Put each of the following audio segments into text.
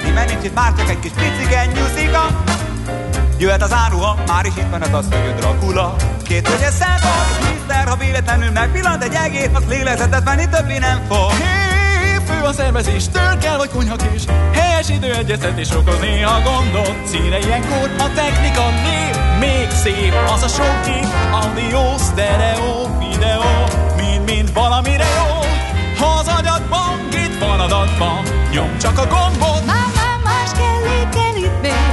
sietni, mert nincs itt már csak egy kis picike nyuszika. Jöhet az áruha, már is itt van az asszony Dracula. Két hölgyes szelfog, Mr. Ha véletlenül megpillant egy egész, az lélegzetet venni többé nem fog. Fő a szervezés, tör kell vagy konyhakés. Helyes időegyeztetés okoz néha gondot. Színe ilyenkor a technika nép. Még szép az a sok kép. Audio, stereo, videó, mind valamire jó. Ha az agyadban, itt van adatban, nyom csak a gombot. Más kell itt még.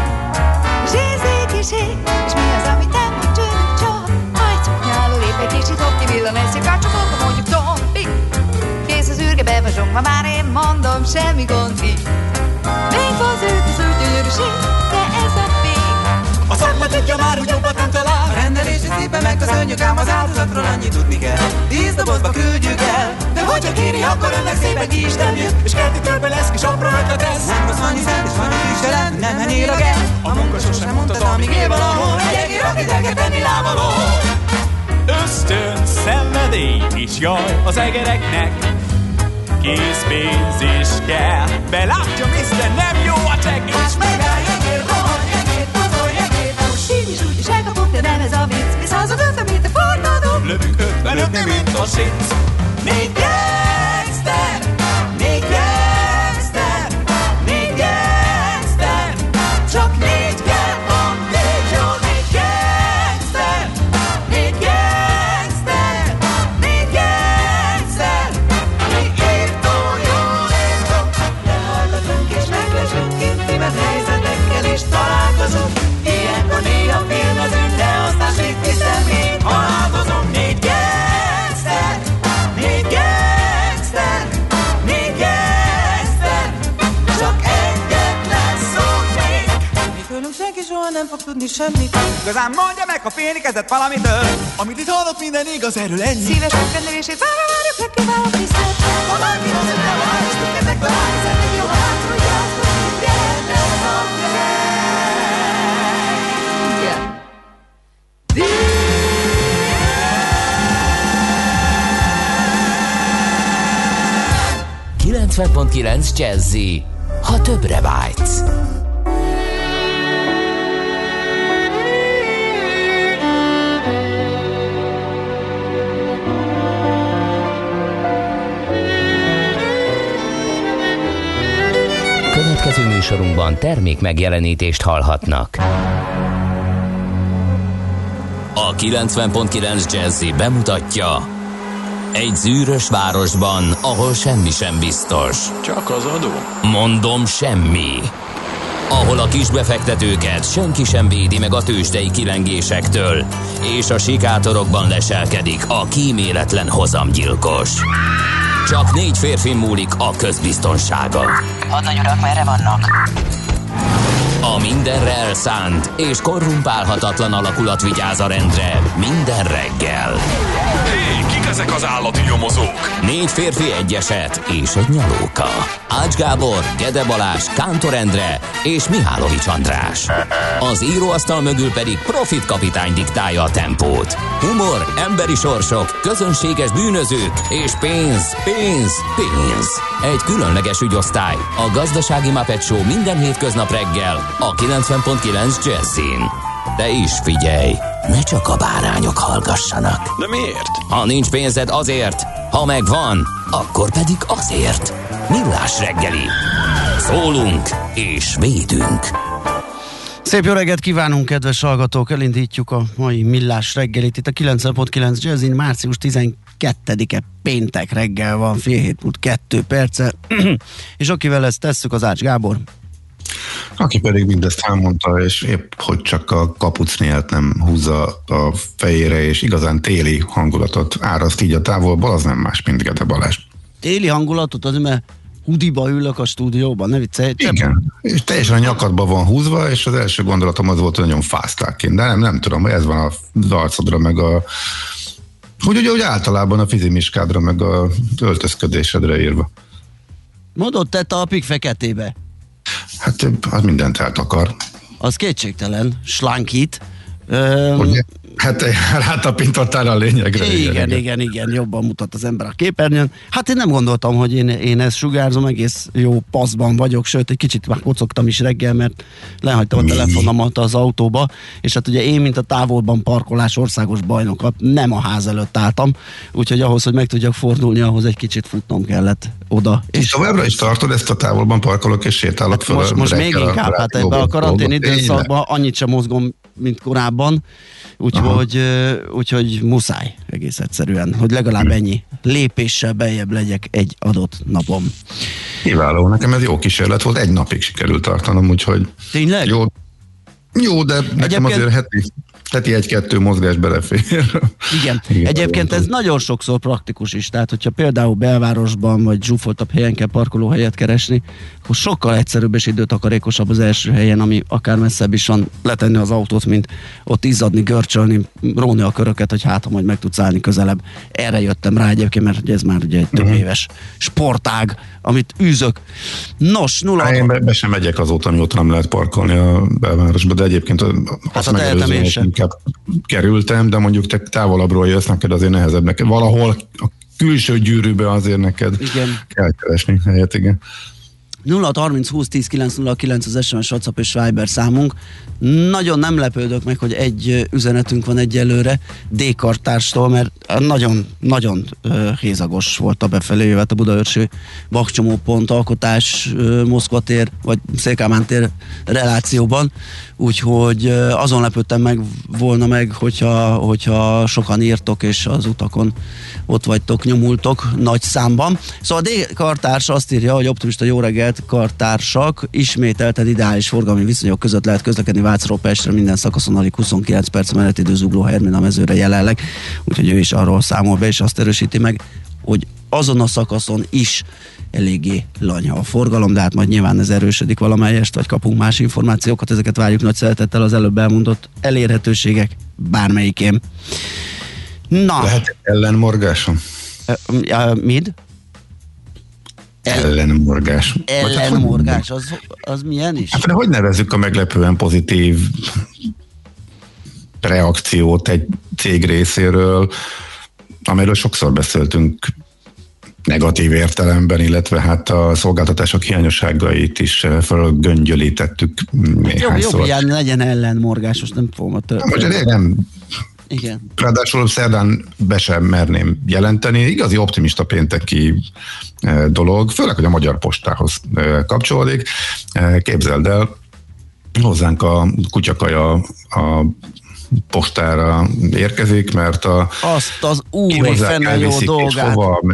És mi az, amit nem mond tőlük csak? Hajtjuk nyáló, lép egy kicsit, hopp, kivillan egy szikár, csak ott mondjuk tompi. Kész az űrge, bevazsongva, már én mondom, semmi gond így. Még fazőt az ő gyönyörűség, de ez a vég. A szakma tudja már, hogy jobbat nem talál. A rendelési szépen megköszönjük, ám az áldozatról annyit tudni kell. 10 dobozba küldjük el, de hogyha kéri, akkor önnek szépen ki is temjük. És kerti törben lesz kis apró ötlet ez. Nem rossz van hiszed, és van is viselet, nem henél a gel. A munka sosem mondtad, amíg él valahol. Egy egér, akit el kell tenni lábaló. Ösztön, szenvedély és jaj az egereknek. Készpénz is kell. Belátja, mister, nem jó a csekk. És Megáll egér, rohan, egér, pozolj, egér. Most így is úgy is elkapott, de nem ez a vicc. Visz hazad 50 méter fordadó. lövünk 55, mint a sic. 4 gangster, 4 gangster, 4 gangster, csak 4 kell, van 4 jó, 4 gangster, 4 gangster, 4 gangster, mi írtó, jól írtunk, lehallgatunk és meglesünk, intimet helyzetekkel is találkozunk, ilyenkor néha filmezünk, de aztán mit hiszem, mint haladozunk. 4 gangster, 4 gangster, 4 gangster, csak egyetlen szót még. Mi tőlünk senki soha nem fog tudni semmit. Igazán mondja meg, ha félni kezdett valamitől. Amit itt hallott, minden igaz, erről ennyi. Szíves megrendelését várjuk, megkívánok tisztelt. Ha valaki az ön elvár, és minket találni, szeretnék jó hátulja, hogy gyertek a fel. 90.9 Jazzy, ha többre vágysz. Következő műsorunkban termék megjelenítést hallhatnak. A 90.9 Jazzy bemutatja: egy zűrös városban, ahol semmi sem biztos. Csak az adó? Mondom, semmi. Ahol a kisbefektetőket senki sem védi meg a tőzsdei kilengésektől, és a sikátorokban leselkedik a kíméletlen hozamgyilkos. Csak 4 férfin múlik a közbiztonsága. Hadnagy urak, merre vannak? A mindenre elszánt és korrumpálhatatlan alakulat vigyáz a rendre minden reggel. Hé, kik ezek az állati nyomozók? 4 férfi, egy eset és egy nyalóka. Ács Gábor, Gede Balázs, Kántor Endre és Mihálovics András. Az íróasztal mögül pedig Profit kapitány diktálja a tempót. Humor, emberi sorsok, közönséges bűnözők és pénz, pénz, pénz. Egy különleges ügyosztály, a Gazdasági Muppet Show minden hétköznap reggel a 90.9 Jazzin. De is figyelj, ne csak a bárányok hallgassanak. De miért? Ha nincs pénzed, azért, ha megvan, akkor pedig azért. Millás reggeli. Szólunk és védünk. Szép jó reggelt kívánunk, kedves hallgatók! Elindítjuk a mai Millás reggelit. Itt a 90.9 Jazzin, március 12-e péntek reggel van, fél 7:02. És akivel ezt tesszük, az Ács Gábor. Aki pedig mindezt elmondta, és épp hogy csak a kapucniát nem húzza a fejére, és igazán téli hangulatot áraszt így a távolból, az nem más, mint Gede Balázs. Téli hangulatot, az mert hudiba ülök a stúdióban, ne viccelj. Igen, és teljesen a nyakadba van húzva, és az első gondolatom az volt, hogy nagyon fáztál kint, de nem tudom, ez van az arcodra, meg a úgy általában a fizimiskádra, meg a öltözködésedre írva. Modot tett a pik feketébe. Hát az mindent eltakar. Az kétségtelen, slankít. Hát rátapintottál a lényegre. Igen, jobban mutat az ember a képernyőn. Hát én nem gondoltam, hogy én ezt sugárzom, egész jó paszban vagyok, sőt, egy kicsit már kocogtam is reggel, mert lehagytam a telefonomat az autóba, és hát ugye én, mint a távolban parkolás országos bajnoka, nem a ház előtt álltam, úgyhogy ahhoz, hogy meg tudjak fordulni, ahhoz egy kicsit futnom kellett oda. És továbbra is tartod ezt a távolban parkolok és sétálok fel? Most még inkább, hát ebben a karantén időszakban annyit sem mozgom, mint korábban, úgyhogy muszáj egész egyszerűen, hogy legalább ennyi lépéssel beljebb legyek egy adott napom. Kiváló, nekem ez jó kísérlet volt, egy napig sikerült tartanom, úgyhogy... Tényleg? Jó, de nekem azért heti egy-kettő mozgás belefér. Igen. Egyébként ez nagyon sokszor praktikus is, tehát hogyha például belvárosban vagy zsúfoltabb helyen kell parkolóhelyet keresni, akkor sokkal egyszerűbb és időtakarékosabb az első helyen, ami akár messzebb is van, letenni az autót, mint ott izzadni, görcsölni, róni a köröket, hogy hát, majd meg tudsz állni közelebb. Erre jöttem rá egyébként, mert ez már ugye egy több éves sportág, amit űzök. Nos, én be sem megyek azóta, mióta nem lehet parkolni a belvárosba, de egyébként azt megelőzően inkább kerültem, de mondjuk te távolabbról jössz, neked azért nehezebb neked. Valahol a külső gyűrűbe azért neked kell keresni helyet, igen. 0-30-20-10-9-09 az SMS, WhatsApp és Viber számunk. Nagyon nem lepődök meg, hogy egy üzenetünk van egyelőre D-kartárstól, mert nagyon hézagos volt a befelé jövet a Budaörsi bakcsomópont alkotás Moszkva tér vagy Szél-Kálmán tér relációban, úgyhogy azon lepődtem volna meg, hogyha sokan írtok és az utakon ott vagytok, nyomultok nagy számban. Szóval a D-kartárs azt írja, hogy optimista jó reggelt, kartársak, ismételten ideális forgalmi viszonyok között lehet közlekedni Vácról Pestre, minden szakaszon alig 29 perc menetidő Zugló Hermina mezőre jelenleg, úgyhogy ő is arról számol be, és azt erősíti meg, hogy azon a szakaszon is eléggé lanyha a forgalom, de hát majd nyilván ez erősödik valamelyest, vagy kapunk más információkat, ezeket várjuk nagy szeretettel az előbb elmondott elérhetőségek bármelyikén. Na. Lehet ellenmorgásom? Mid? Ellenmorgás. Ellenmorgás, az milyen is? Hát, de hogy nevezzük a meglepően pozitív reakciót egy cég részéről, amiről sokszor beszéltünk negatív értelemben, illetve hát a szolgáltatások hiányosságait is fölgöngyölítettük néhányszor. Jobb, ilyen legyen ellenmorgás, most nem fogom a történet. Nem. Igen. Ráadásul szerdán be sem merném jelenteni. Igazi optimista pénteki dolog, főleg, hogy a Magyar Postához kapcsolódik. Képzeld el, hozzánk a kutyakaja a postára érkezik, mert azt az úri fene jó dolgát.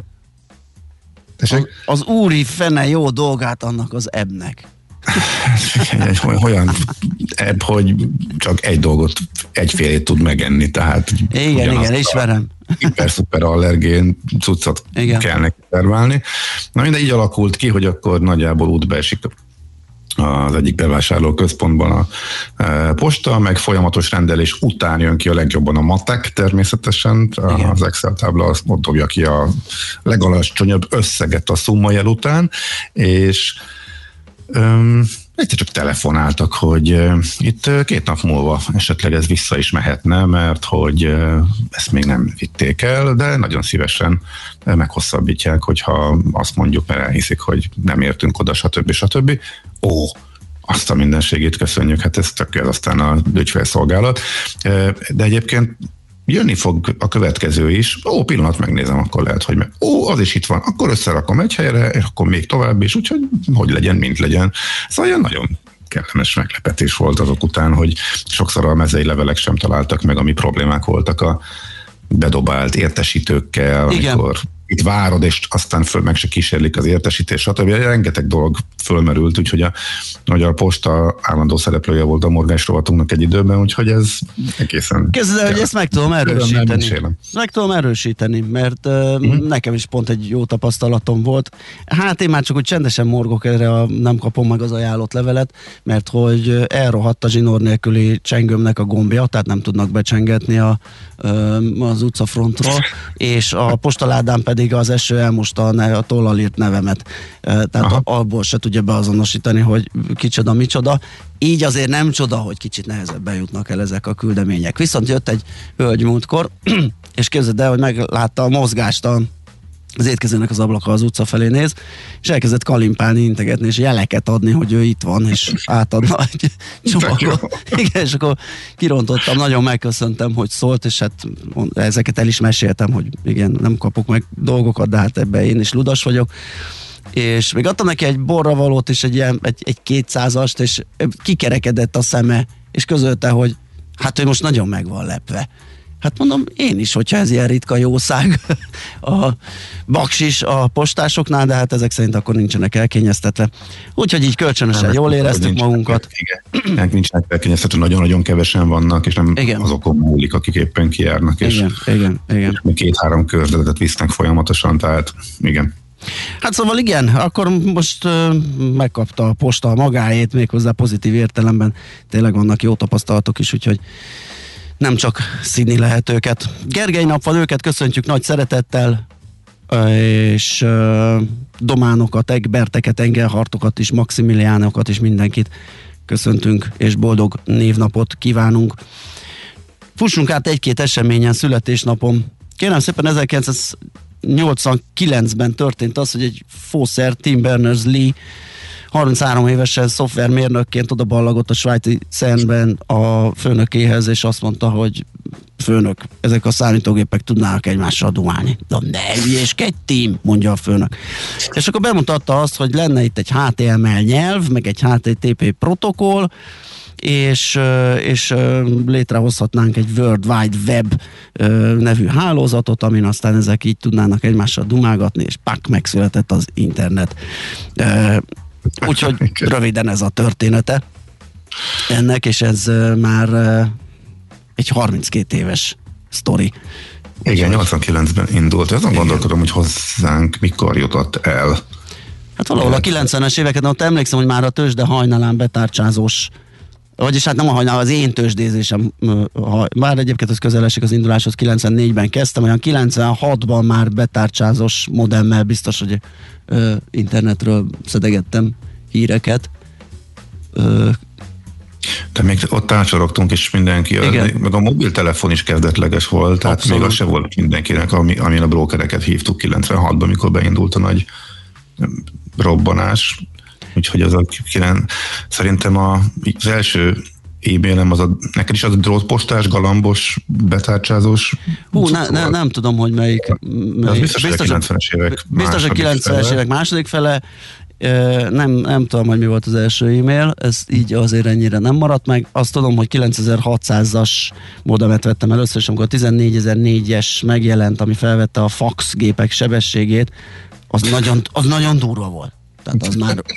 Az úri fene jó dolgát annak az ebnek. Olyan ebb, hogy csak egy dolgot, egyfélét tud megenni, tehát igen, ismerem. Hiper-szuper allergén cuccot kell neki termelni. Na mindegy, így alakult ki, hogy akkor nagyjából útbe esik az egyik bevásárló központban a posta, meg folyamatos rendelés után jön ki a legjobban a matek természetesen, az Excel tábla ott dobja ki a legalacsonyabb összeget a szumajel után, és egyszer csak telefonáltak, hogy itt 2 nap múlva esetleg ez vissza is mehetne, mert hogy ezt még nem vitték el, de nagyon szívesen meghosszabbítják, hogyha azt mondjuk, mert elhiszik, hogy nem értünk oda, stb. Azt a mindenségét köszönjük, hát ez aztán a ügyfélszolgálat. De egyébként jönni fog a következő is. Pillanat, megnézem, akkor lehet, hogy az is itt van. Akkor összerakom egy helyre, és akkor még tovább is, úgyhogy hogy legyen, mint legyen. Szóval olyan nagyon kellemes meglepetés volt azok után, hogy sokszor a mezei levelek sem találtak meg, ami problémák voltak a bedobált értesítőkkel, amikor itt várod, és aztán meg se kísérlik az értesítés, stb. Rengeteg dolog fölmerült, úgyhogy a Magyar Posta állandó szereplője volt a morgás rovatunknak egy időben, úgyhogy ez egészen... Kezdve, hogy ezt meg tudom erősíteni. Mert nekem is pont egy jó tapasztalatom volt. Hát én már csak úgy csendesen morgok erre, nem kapom meg az ajánlott levelet, mert hogy elrohadt a zsinór nélküli csengőmnek a gombja, tehát nem tudnak becsengetni az utcafrontról, és a postaládán pedig pedig az eső elmosta a tollal írt nevemet. Tehát abból se tudja beazonosítani, hogy kicsoda, micsoda. Így azért nem csoda, hogy kicsit nehezebben jutnak el ezek a küldemények. Viszont jött egy hölgy múltkor, és képzeld el, hogy meglátta a mozgást az étkezőnek az ablaka az utca felé néz, és elkezdett kalimpálni, integetni, és jeleket adni, hogy ő itt van, és átadna egy csomagot. Igen, és akkor kirontottam, nagyon megköszöntem, hogy szólt, és hát ezeket el is meséltem, hogy igen, nem kapok meg dolgokat, de hát ebben én is ludas vagyok. És még adtam neki egy borravalót, és egy 200-ast, és kikerekedett a szeme, és közölte, hogy hát ő most nagyon meg van lepve. Hát mondom, én is, hogyha ez ilyen ritka jószág a baksis a postásoknál, de hát ezek szerint akkor nincsenek elkényeztetve. Úgyhogy így kölcsönösen jól éreztük magunkat. Igen, nincsenek elkényeztetve, nagyon-nagyon kevesen vannak, és nem azokon múlik, akik éppen kijárnak, és igen. 2-3 körzetet visznek folyamatosan, tehát igen. Hát szóval igen, akkor most megkapta a posta magáét, méghozzá pozitív értelemben. Tényleg vannak jó tapasztalatok is, úgyhogy nem csak színi lehet őket. Gergely nap van, őket köszöntjük nagy szeretettel, és Dománokat, Egberteket, Engelhartokat is, Maximiliánokat is, mindenkit köszöntünk, és boldog névnapot kívánunk. Fussunk át egy-két eseményen, születésnapom. Kérem szépen, 1989-ben történt az, hogy egy fószer, Tim Berners-Lee 33 évesen szoftvermérnökként odaballagott a svájci CERN-ben a főnökéhez, és azt mondta, hogy főnök, ezek a számítógépek tudnának egymással dumálni. De ne hülyéskedj, Tim, mondja a főnök. És akkor bemutatta azt, hogy lenne itt egy HTML nyelv, meg egy HTTP protokoll, és létrehozhatnánk egy World Wide Web nevű hálózatot, amin aztán ezek így tudnának egymással dumálgatni, és pak, megszületett az internet. Úgyhogy röviden ez a története ennek, és ez már egy 32 éves sztori. Igen, 89-ben indult. Azon gondolkodom, hogy hozzánk mikor jutott el. Hát valahol a 90-es éveket, ott emlékszem, hogy már a tőzsde hajnalán betárcsázós, vagyis hát nem a hajnal, az én tőzsdézésem, már egyébként az közel esik az induláshoz, 94-ben kezdtem, olyan 96-ban már betárcsázós modemmel biztos, hogy internetről szedegettem híreket. De még ott átsorogtunk, és mindenki, meg a mobiltelefon is kezdetleges volt, tehát abszolút. Még az se volt mindenkinek, amin a brókereket hívtuk 96-ban, amikor beindult a nagy robbanás. Úgyhogy szerintem az első e-mailem, neked is az drótpostás, galambos, betárcsázós? Nem tudom, hogy melyik. Az biztos, hogy a 90-es évek biztos, hogy 90-es évek második fele. Nem tudom, hogy mi volt az első e-mail, ez így azért ennyire nem maradt meg. Azt tudom, hogy 9600-as modemet vettem először, és amikor a 14004-es megjelent, ami felvette a fax gépek sebességét, az nagyon durva volt. Tehát az már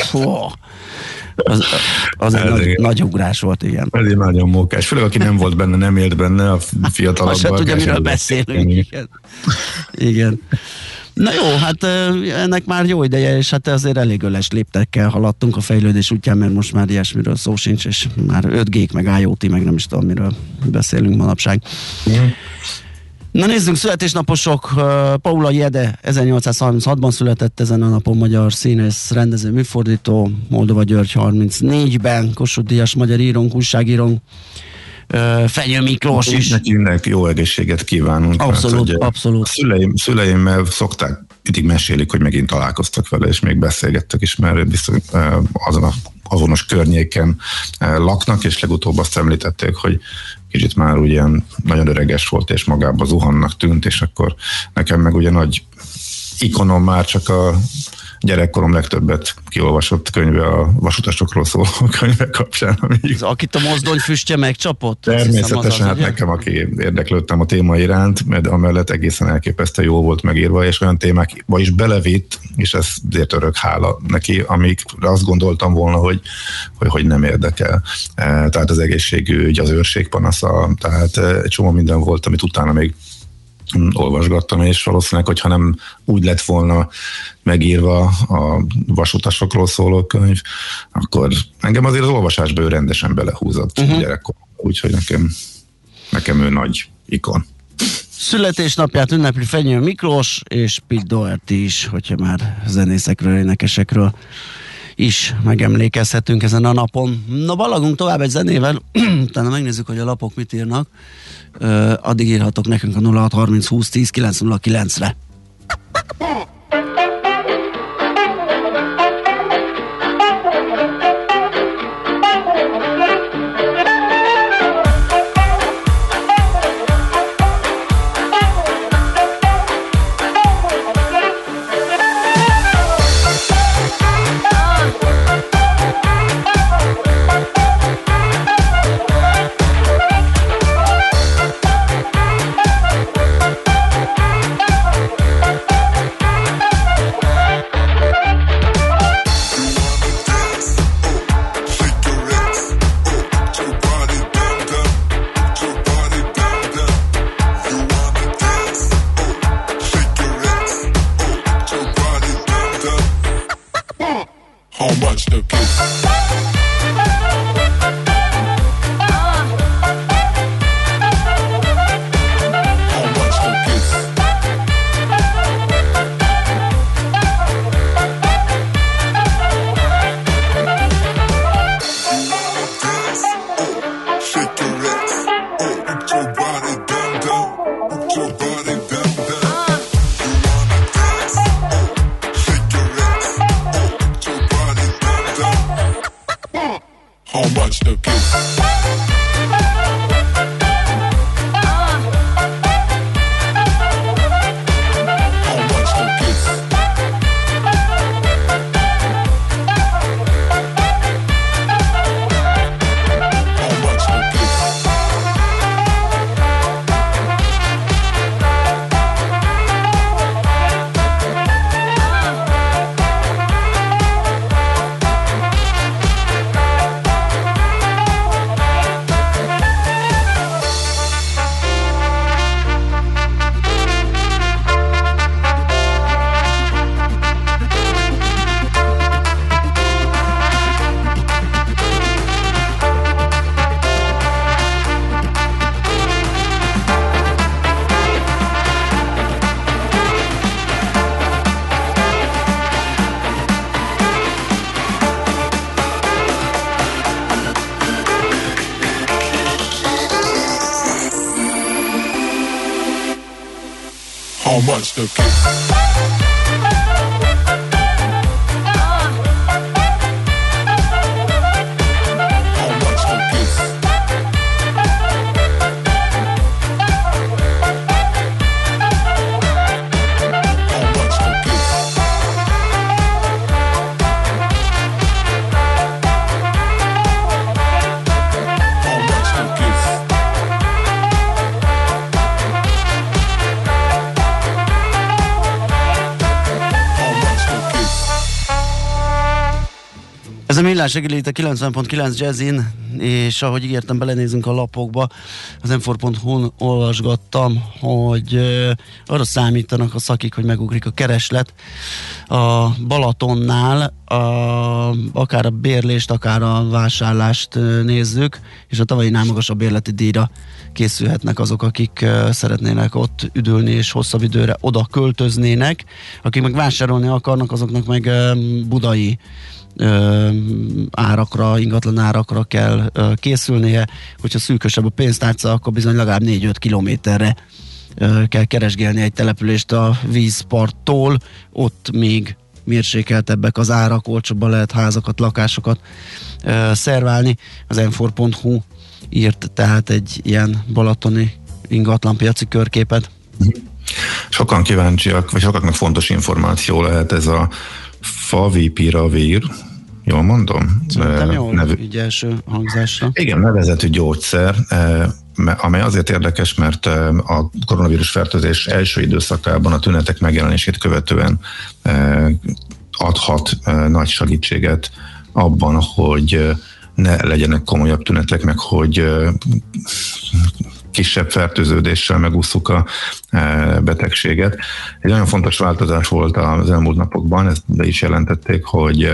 az egy nagy ugrás volt, igen. Ez egy nagyon mókás. Főleg, aki nem volt benne, nem élt benne, a fiatalabban. Azt sem tudja, miről beszélünk. Igen. Na jó, hát ennek már jó ideje, és hát azért elég öles léptekkel haladtunk a fejlődés útján, mert most már ilyesmiről szó sincs, és már 5G, meg IoT, meg nem is tudom, miről beszélünk manapság. Na nézzünk, születésnaposok. Paula Jede 1836-ban született, ezen a napon magyar színész, rendező, műfordító, Moldova György 34-ben, Kossuth Díjas magyar írónk, újságírónk, Fenyő Miklós is. Nekünk jó egészséget kívánunk. Abszolút, mert, abszolút. Szüleimmel szokták, mindig mesélik, hogy megint találkoztak vele, és még beszélgettek is, mert biztos azon a azonos környéken laknak, és legutóbb azt említették, hogy kicsit már ugyan nagyon öreges volt, és magába zuhannak tűnt, és akkor nekem meg ugye nagy ikonom már csak a gyerekkorom legtöbbet kiolvasott könyve a vasutasokról szóló könyve kapcsán. Akit a mozdony füstje megcsapott? Természetesen, hát nekem, aki érdeklődtem a téma iránt, mert amellett egészen elképesztő jó volt megírva, és olyan témákba is belevitt, és ez azért örök hála neki, amikre azt gondoltam volna, hogy nem érdekel. Tehát az egészségügy, az őrségpanasza, tehát egy csomó minden volt, amit utána még olvasgattam, és valószínűleg, hogyha nem úgy lett volna megírva a vasutasokról szóló könyv, akkor engem azért az olvasásba ő rendesen belehúzott gyerekkorban, úgyhogy nekem ő nagy ikon. születésnapját ünnepli Fenyő Miklós és Pete Doherty is, hogyha már zenészekről, énekesekről is megemlékezhetünk ezen a napon. Na, ballagunk tovább egy zenével, utána megnézzük, hogy a lapok mit írnak. Addig írhatok nekünk a 0630 20 10 909-re. How much the kiss? Ez a millás reggeli itt a 90.9 Jazzin, és ahogy ígértem, belenézünk a lapokba. Az m4.hu-n olvasgattam, hogy arra számítanak a szakik, hogy megugrik a kereslet a Balatonnál, akár a bérlést, akár a vásárlást nézzük, és a tavalyinál magasabb bérleti díjra készülhetnek azok, akik szeretnének ott üdülni, és hosszabb időre oda költöznének. Akik meg vásárolni akarnak, azoknak meg budai árakra, ingatlan árakra kell készülnie. Hogyha szűkösebb a pénztárca, akkor bizony legalább 4-5 kilométerre kell keresgélni egy települést a vízparttól. Ott még mérsékeltebbek az árak, olcsóbban lehet házakat, lakásokat szerválni. Az m4.hu írt tehát egy ilyen balatoni ingatlanpiaci körképet. Sokan kíváncsiak, vagy sokaknak fontos információ lehet ez a Favipiravir, jól mondom? Szerintem jól, így első hangzásra. Igen, nevezetű gyógyszer, amely azért érdekes, mert a koronavírus fertőzés első időszakában a tünetek megjelenését követően adhat nagy segítséget abban, hogy ne legyenek komolyabb tünetek, meg hogy kisebb fertőződéssel megússzuk a betegséget. Egy nagyon fontos változás volt az elmúlt napokban, ezt be is jelentették, hogy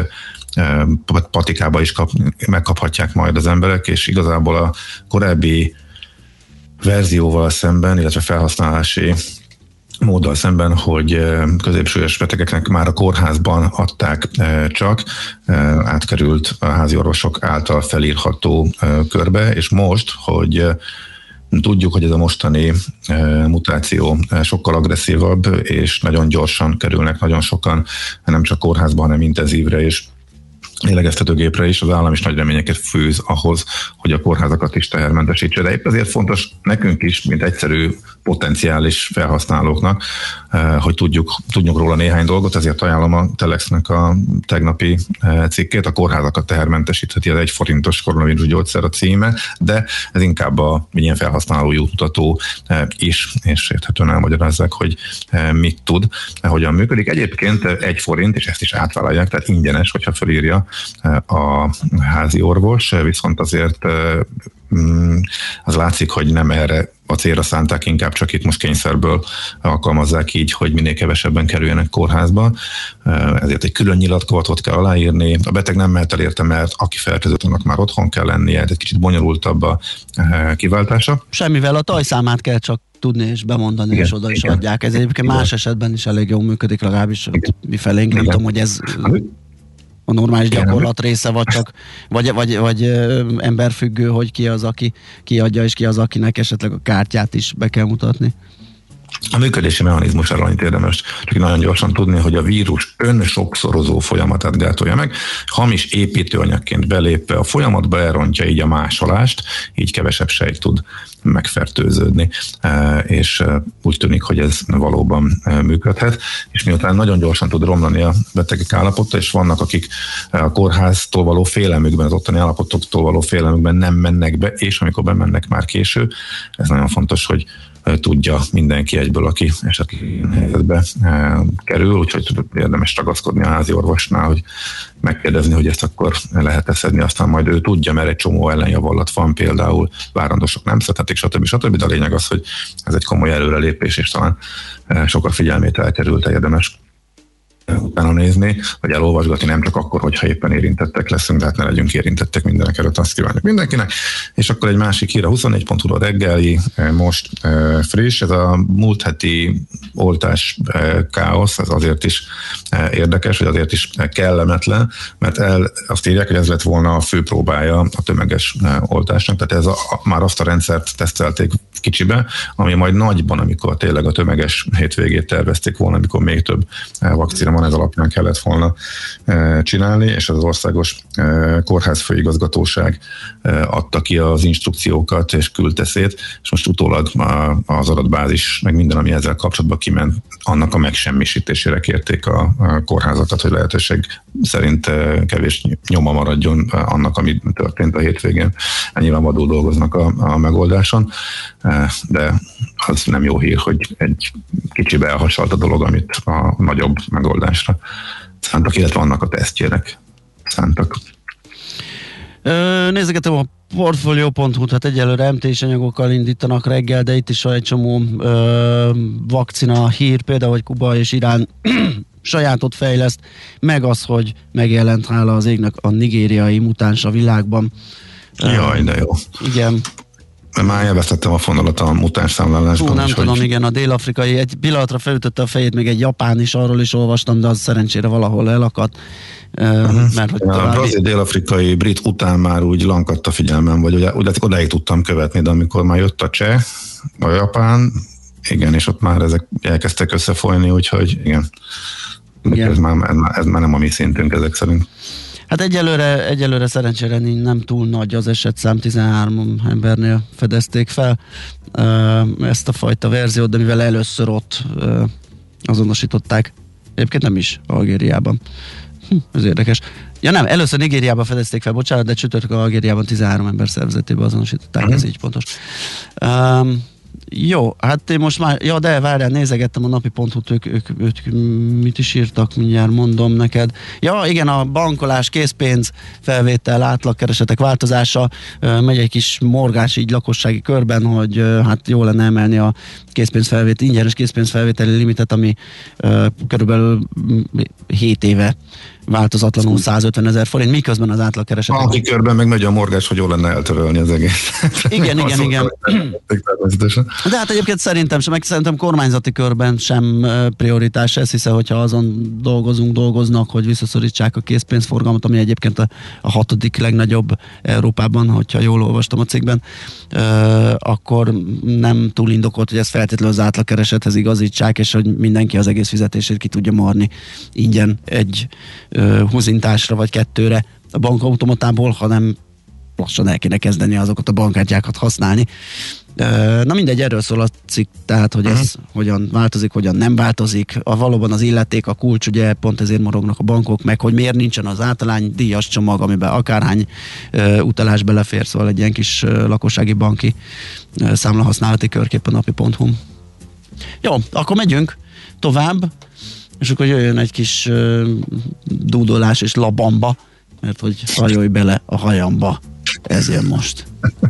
patikába is megkaphatják majd az emberek, és igazából a korábbi verzióval szemben, illetve felhasználási móddal szemben, hogy középsúlyos betegeknek már a kórházban adták csak, átkerült a házi orvosok által felírható körbe, és most, hogy tudjuk, hogy ez a mostani mutáció sokkal agresszívabb, és nagyon gyorsan kerülnek nagyon sokan, nem csak kórházban, hanem intenzívre és lélegeztetőgépre is, az állam is nagy reményeket fűz ahhoz, hogy a kórházakat is tehermentesítse. De épp ezért fontos nekünk is, mint egyszerű potenciális felhasználóknak, hogy tudjunk róla néhány dolgot, ezért ajánlom a Telexnek a tegnapi cikkét, a kórházakat tehermentesítheti, az 1 forintos koronavírus gyógyszer a címe, de ez inkább a ilyen felhasználói útmutató is, és érthetően elmagyarázzák, hogy mit tud, hogyan működik. Egyébként 1 forint, és ezt is átvállalják, tehát ingyenes, hogyha felírja a házi orvos, viszont azért az látszik, hogy nem erre a célra szánták, inkább csak itt most kényszerből alkalmazzák így, hogy minél kevesebben kerüljenek kórházba. Ezért egy külön nyilatkozatot kell aláírni. A beteg nem mehet el érte, mert aki fertőzött, annak már otthon kell lennie, egy kicsit bonyolultabb a kiváltása. Semmivel a tajszámát kell csak tudni és bemondani, igen, és oda is adják. Ez egyébként más esetben is elég jól működik, legalábbis mi felénk. Nem tudom, hogy ez a normális gyakorlat része, vagy csak vagy emberfüggő, hogy ki az, aki kiadja, és ki az, akinek esetleg a kártyát is be kell mutatni. A működési mechanizmusáról annyit érdemes csak nagyon gyorsan tudni, hogy a vírus önsokszorozó folyamatát gátolja meg, hamis építőanyagként belépve a folyamatba elrontja így a másolást, így kevesebb sejt tud megfertőződni, és úgy tűnik, hogy ez valóban működhet, és miután nagyon gyorsan tud romlani a betegek állapota, és vannak, akik a kórháztól való félelmükben, az ottani állapotoktól való félelmükben nem mennek be, és amikor bemennek már késő, ez nagyon fontos, hogy tudja mindenki egyből, aki esetleg helyzetbe kerül, úgyhogy érdemes ragaszkodni a házi orvosnál, hogy megkérdezni, hogy ezt akkor lehet szedni, aztán majd ő tudja, mert egy csomó ellenjavallat van, például várandósok nem szedhetik, stb. De a lényeg az, hogy ez egy komoly előrelépés, és talán sokkal figyelmét elkerült, érdemes utána nézni, vagy elolvasgatni, nem csak akkor, hogyha éppen érintettek leszünk, de hát ne legyünk érintettek mindenek előtt, azt kívánjuk mindenkinek. És akkor egy másik hír, a 24.hu reggeli, most friss, ez a múlt heti oltás káosz, ez azért is érdekes, vagy azért is kellemetlen, mert azt írják, hogy ez lett volna a fő próbája a tömeges oltásnak, tehát már azt a rendszert tesztelték kicsibe, ami majd nagyban, amikor tényleg a tömeges hétvégét tervezték volna, amikor még több vakcina van, ez alapján kellett volna csinálni, és az országos kórházfőigazgatóság adta ki az instrukciókat és küldte szét, és most utólag az adatbázis, meg minden, ami ezzel kapcsolatban kiment, annak a megsemmisítésére kérték a kórházakat, hogy lehetőség szerint kevés nyoma maradjon annak, ami történt a hétvégén. Nyilvánvalóan dolgoznak a megoldáson, de az nem jó hír, hogy egy kicsibe elhasalt a dolog, amit a nagyobb megoldásra szántak, illetve annak a tesztjének szántak. Nézegetem a Portfolio.hu, hát egyelőre MT-s anyagokkal indítanak reggel, de itt is egy csomó vakcina hír, például, hogy Kuba és Irán sajátot fejleszt, meg az, hogy megjelent hála az égnek a nigériai mutáns a világban. Jaj, de jó. Igen. Már elvesztettem a fonalat a mutáns számlálásban. Nem tudom, igen, a dél-afrikai egy pillanatra felütötte a fejét, még egy japán is, arról is olvastam, de az szerencsére valahol elakadt. Mert hogy a brazil, dél-afrikai, brit után már úgy lankadt a figyelmem, vagy odáig tudtam követni, de amikor már jött a cseh, a japán, igen, és ott már ezek elkezdtek összefolyni, úgyhogy igen. Ez már nem a mi szintünk ezek szerint. Hát egyelőre szerencsére nem túl nagy az esetszám, 13 embernél fedezték fel ezt a fajta verziót, de mivel először ott azonosították, egyébként nem is Algériában. Ez érdekes. Ja nem, először Nigériában fedezték fel, bocsánat, de csütörtökön Algériában 13 ember szervezetében azonosították, ez így pontos. Jó, hát én most már, ja de várjál, nézegettem a napi.hu-t, ők mit is írtak, mindjárt mondom neked. Ja igen, a bankolás, készpénz felvétel, átlagkeresetek változása, megy egy kis morgás így lakossági körben, hogy hát jó lenne emelni a készpénzfelvétel, ingyenes készpénzfelvételi limitet, ami körülbelül 7 éve változatlanul 150 000 forint, miközben az átlagkereset. Banki körben meg megy a morgás, hogy jól lenne eltörölni az egész. Igen. De hát egyébként szerintem sem, meg szerintem kormányzati körben sem prioritás ez, hiszen hogyha azon dolgoznak, hogy visszaszorítsák a készpénzforgalmat, ami egyébként a 6. legnagyobb Európában, hogyha jól olvastam a cikkben, akkor nem túl indokolt, hogy ezt feltétlenül az átlagkeresethez igazítsák, és hogy mindenki az egész fizetését ki tudja marni ingyen egy húzintásra vagy 2-re a bankautomatából, hanem lassan el kéne kezdeni azokat a bankkártyákat használni. Na mindegy, erről szól a cikk, tehát, hogy ez hogyan változik, hogyan nem változik. Valóban az illeték, a kulcs, ugye pont ezért morognak a bankok, meg hogy miért nincsen az általány díjas csomag, amiben akárhány utalás belefér, szóval egy ilyen kis lakossági banki számlahasználati körkép a napi.hu. Jó, akkor megyünk tovább, és akkor jöjjön egy kis dúdolás és labamba, mert hogy hajolj bele a hajamba. Ez jön most.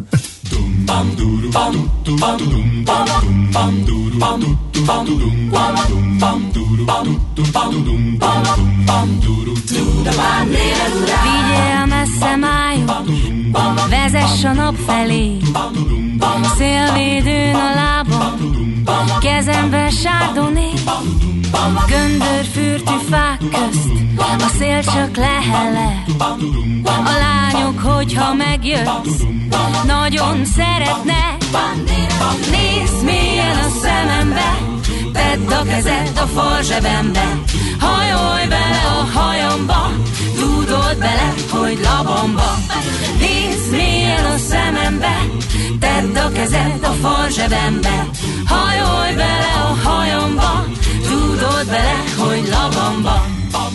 Vigyél messze májuk, vezess a nap felé, szélvédőn a lábam, kezemben sárdoné, göndörfürtű fák közt, a szél csak lehelle. A lányok, hogyha megjössz, nagyon szeretnek. Nézd mélyen a szemembe, tedd a kezed a farzsebembe, hajolj bele a hajamba, dúdold bele, hogy labamba. Nézd mélyen a szemembe, tedd a kezed a farzsebembe, hajolj bele a hajamba, dúdold bele, hogy labamba.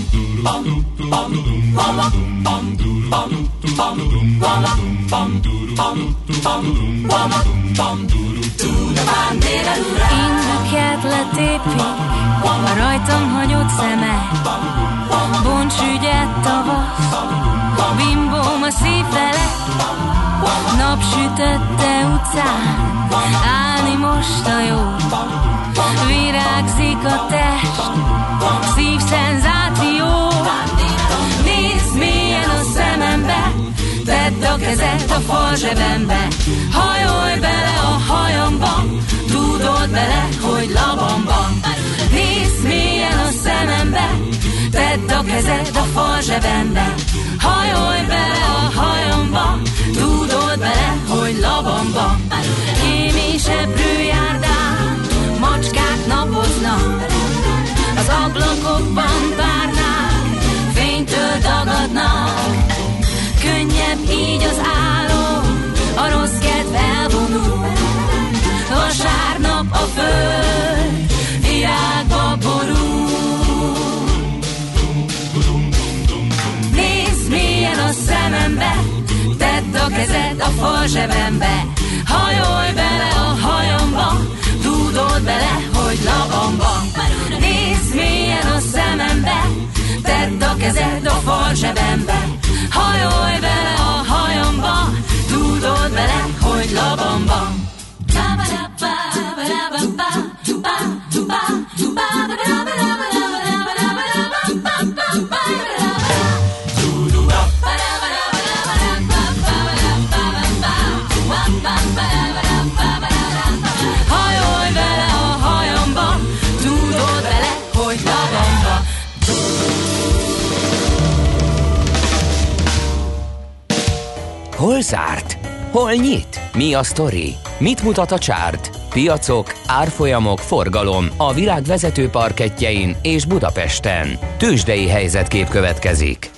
Indöket letépi a rajtam hagyott szeme, bonts ügyet tavasz, bimbóm a szív felett, napsütötte utcán, állni most a jó, virágzik a test, szívszenzáció. Nézd mélyen a szemembe, tedd a kezed a farzsebembe, hajolj bele a hajamba, dúdold bele, hogy labamba. Nézd mélyen a szemembe, tedd a kezed a farzsebembe, hajolj bele a hajamba, dúdold bele, hogy labamba. Kémi seprő járdán, macskák napoznak, az ablakokban párnák fénytől dagadnak. Könnyebb így az álom, a rossz kedv elvonul, vasárnap a föld virágba borul. Nézd mélyen a szemembe, tedd a kezed a farzsebembe, hajolj bele a hajamba, dúdold bele, hogy labamba. Nézd mélyen a szemembe, tedd a kezed a farzsebembe, hajolj bele a hajamba, dúdold bele, hogy labamba. Hajolj bele a hajamba, dúdold bele, hogy labamba. Hol zárt? Hol nyit? Mi a sztori? Mit mutat a csárt? Piacok, árfolyamok, forgalom a világ vezető parkettjein és Budapesten. Tőzsdei helyzetkép következik.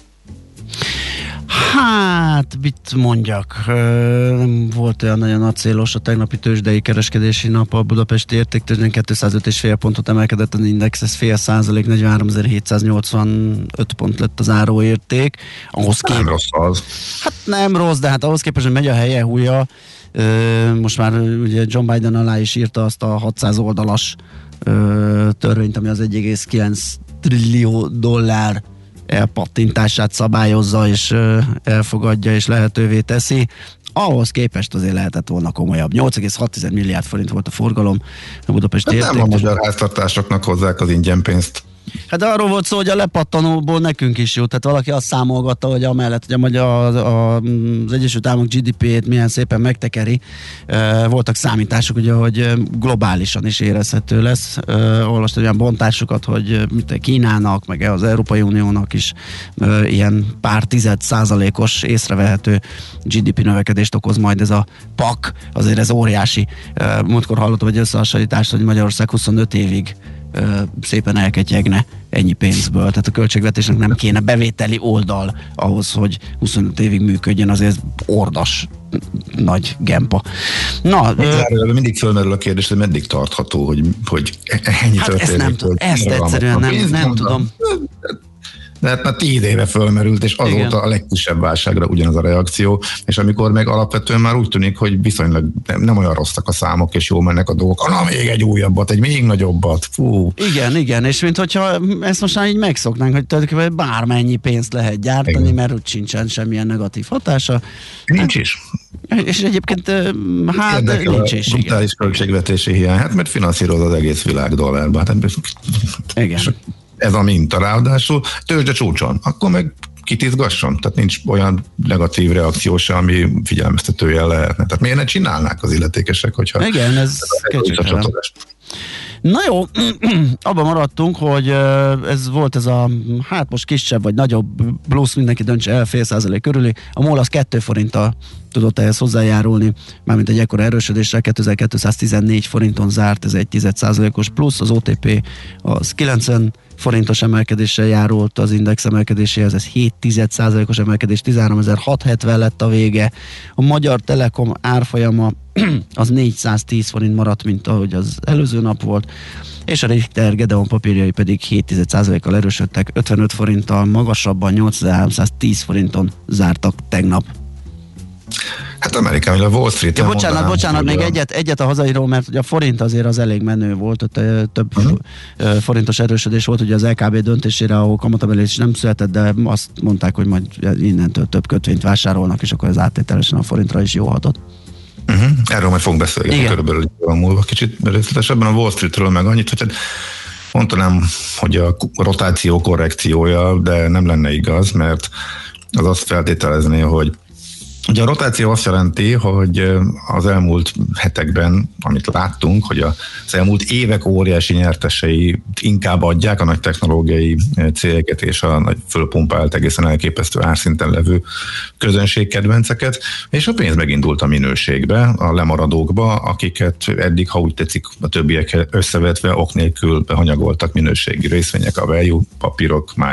Hát, mit mondjak, nem volt olyan nagyon acélos a tegnapi tőzsdei kereskedési nap, a budapesti értéktőzsdén 205,5 pontot emelkedett az index, ez 0,5%, 43.785 pont lett az áróérték. Nem rossz az. Hát nem rossz, de hát ahhoz képest, hogy megy a helye húja, most már ugye John Biden alá is írta azt a 600 oldalas törvényt, ami az 1,9 trillió dollár elpattintását szabályozza, és elfogadja, és lehetővé teszi. Ahhoz képest azért lehetett volna komolyabb. 8,6 milliárd forint volt a forgalom a budapesti hát nem a magyar háztartásoknak hozzák az ingyen pénzt. Hát arról volt szó, hogy a lepattanóból nekünk is jó. Tehát valaki azt számolgatta, hogy amellett, hogy az Egyesült Államok GDP-ét milyen szépen megtekeri, voltak számítások, ugye, hogy globálisan is érezhető lesz. Olvastam olyan bontásokat, hogy Kínának, meg az Európai Uniónak is ilyen pár 10% észrevehető GDP növekedést okoz majd ez a PAK. Azért ez óriási. Múltkor hallottam egy összehasonlítást, hogy Magyarország 25 évig szépen elketyegne ennyi pénzből, tehát a költségvetésnek nem kéne bevételi oldal ahhoz, hogy 25 évig működjön, azért ordas nagy gempa. Na, mindig fölmerül a kérdés, hogy meddig tartható, hogy ennyi hát történik. Ezt nem tudom, ezt egyszerűen nem tudom. De hát már 10 éve fölmerült, és azóta igen. A legkisebb válságra ugyanaz a reakció, és amikor meg alapvetően már úgy tűnik, hogy viszonylag nem olyan rosszak a számok, és jól mennek a dolgok, na még egy újabbat, egy még nagyobbat, fú. Igen, és mint hogyha ezt most már így megszoknánk, hogy tulajdonképpen bármennyi pénzt lehet gyártani, igen. Mert úgy sincsen semmilyen negatív hatása. Nincs is. És egyébként hát nincs is. Brutális költségvetési hiány, hát mert finanszíroz az egész világ dollárban. Hát, igen. Ez a minta ráadásul, tőzsde csúcson, akkor meg kitizgasson, tehát nincs olyan negatív reakció se, ami figyelmeztetőjel lehetne. Tehát miért ne csinálnák az illetékesek, hogyha... Igen, ez kétségtelen. Na jó, abban maradtunk, hogy ez volt ez a, hát most kisebb vagy nagyobb plusz, mindenki döntse el, 0,5% körüli. A MOL az 2 forinttal tudott ehhez hozzájárulni, mármint egy ekkora erősödésre, 2214 forinton zárt, ez egy 0,1%-os plusz, az OTP az 90 forintos emelkedéssel járult az index emelkedéséhez, ez 0,7%-os emelkedés, 13.670 lett a vége. A Magyar Telekom árfolyama az 410 forint maradt, mint ahogy az előző nap volt, és a Richter Gedeon papírjai pedig 0,7%-kal erősödtek, 55 forinttal magasabban, 8310 forinton zártak tegnap. Hát Amerikában, a Wall Street-en bocsánat, még egyet a hazairól, mert ugye a forint azért az elég menő volt, ott több forintos erősödés volt, ugye az LKB döntésére, ahol kamatemelés nem született, de azt mondták, hogy majd innentől több kötvényt vásárolnak, és akkor ez áttételesen a forintra is jó hatott. Erről majd fogunk beszélgetni körülbelül múlva kicsit részletesebben. A Wall Streetről meg annyit, hogy mondanám, hogy a rotáció korrekciója, de nem lenne igaz, mert az azt feltételezné, hogy ugye a rotáció azt jelenti, hogy az elmúlt hetekben, amit láttunk, hogy az elmúlt évek óriási nyertesei inkább adják a nagy technológiai cégeket és a nagy fölpumpált, egészen elképesztő árszinten levő közönségkedvenceket, és a pénz megindult a minőségbe, a lemaradókba, akiket eddig, ha úgy tetszik, a többiek összevetve ok nélkül behanyagoltak minőségi részvények, a value papírok, már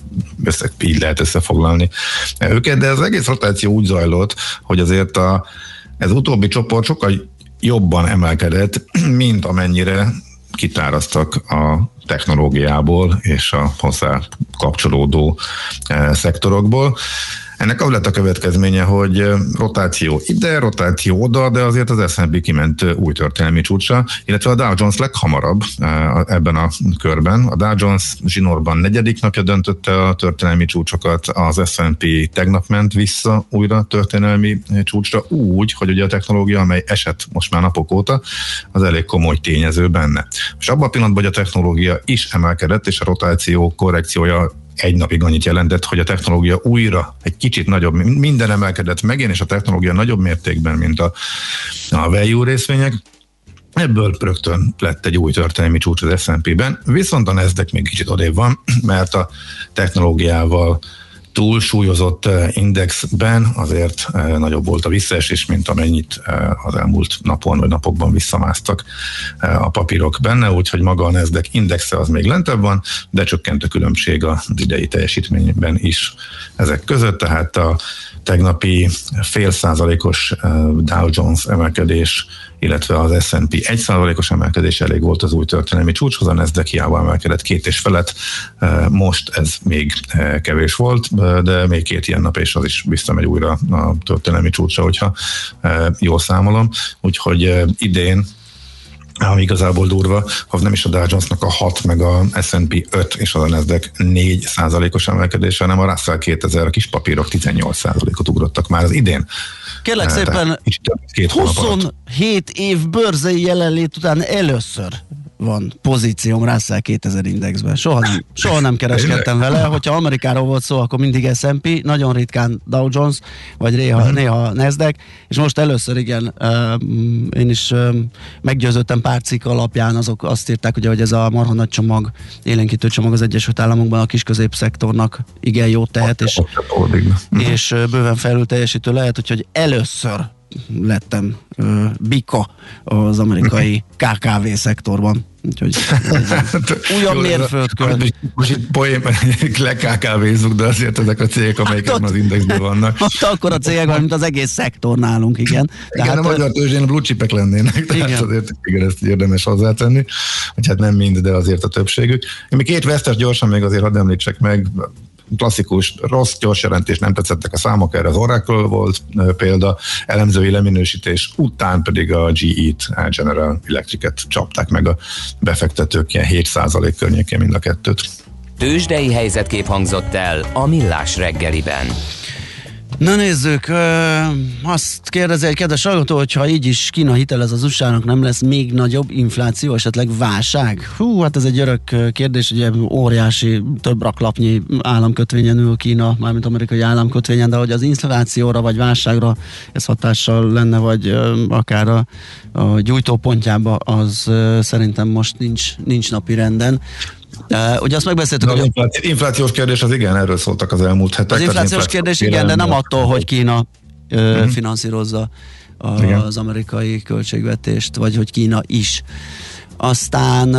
így lehet összefoglalni őket, de az egész rotáció úgy zajlott, hogy azért ez utóbbi csoport sokkal jobban emelkedett, mint amennyire kitárasztak a technológiából és a hozzá kapcsolódó szektorokból. Ennek az lett a következménye, hogy rotáció ide, rotáció oda, de azért az S&P kiment új történelmi csúcsra, illetve a Dow Jones leghamarabb ebben a körben. A Dow Jones zsinórban 4. napja döntötte a történelmi csúcsokat, az S&P tegnap ment vissza újra történelmi csúcsra úgy, hogy ugye a technológia, amely esett most már napok óta, az elég komoly tényező benne. És abban a pillanatban, hogy a technológia is emelkedett, és a rotáció korrekciója egy napig annyit jelentett, hogy a technológia újra egy kicsit nagyobb, minden emelkedett megint, és a technológia nagyobb mértékben, mint a value részvények. Ebből rögtön lett egy új történelmi csúcs az S&P-ben, viszont a Nasdaq még kicsit odébb van, mert a technológiával túlsúlyozott indexben azért nagyobb volt a visszaesés, mint amennyit az elmúlt napon vagy napokban visszamásztak a papírok benne, úgyhogy maga a Nasdaq indexe az még lentebb van, de csökkent a különbség az idei teljesítményben is ezek között, tehát a tegnapi 0,5%-os Dow Jones emelkedés, illetve az S&P 1%-os emelkedés elég volt az új történelmi csúcshoz, a Nasdaq hiába emelkedett 2,5, most ez még kevés volt, de még 2 ilyen nap, és az is visszamegy újra a történelmi csúcsra, hogyha jól számolom. Úgyhogy idén, ami igazából durva, az nem is a Dow Jonesnak a 6, meg a S&P 5 és a Nasdaq 4%-os emelkedése, hanem a Russell 2000, a kis papírok 18%-ot ugrottak már az idén. Kérlek szépen, 27 év bőrzei jelenlét után először van pozícióm Russell 2000 indexben. Soha nem kereskedtem vele, hogyha Amerikáról volt szó, akkor mindig S&P, nagyon ritkán Dow Jones, vagy néha Nasdaq, és most először igen, én is meggyőződtem pár cikk alapján, azok azt írták, ugye, hogy ez a marha nagy csomag, élénkítő csomag az Egyesült Államokban a kis-közép szektornak igen jót tehet, és bőven felül teljesítő lehet, úgyhogy először lettem bika az amerikai KKV szektorban. Úgyhogy újabb mérföldkő. Most itt poénben lekákávézzuk, de azért ezek a cégek, amelyek az indexben vannak. Ott akkor a cégek van, mint az egész szektor nálunk, igen. Igen, a magyar tőzsdén blue chipek lennének, tehát azért igen, ezt érdemes hozzátenni, hogy hát nem mind, de azért a többségük. Én még két vesztes gyorsan még azért hadd említsek meg, klasszikus, rossz, gyors jelentés, nem tetszettek a számok, erre az Oracle volt példa, elemzői leminősítés után pedig a GE-t, a General Electric-et csapták meg a befektetők, ilyen 7% környékén mind a kettőt. Tőzsdei helyzetkép hangzott el a Millás reggeliben. Na nézzük, azt kérdezi egy kedves hallgató, hogyha így is Kína hitelez az USA-nak, nem lesz még nagyobb infláció, esetleg válság? Hát ez egy örök kérdés, ugye óriási, több raklapnyi államkötvényen ül Kína, mármint amerikai államkötvényen, de hogy az inflációra vagy válságra ez hatással lenne, vagy akár a gyújtópontjába, az szerintem most nincs napi renden. Ugye azt megbeszéltük, hogy inflációs kérdés az igen, erről szóltak az elmúlt hetek. Az inflációs kérdés igen, de nem attól, hogy Kína finanszírozza az amerikai költségvetést, vagy hogy Kína is. Aztán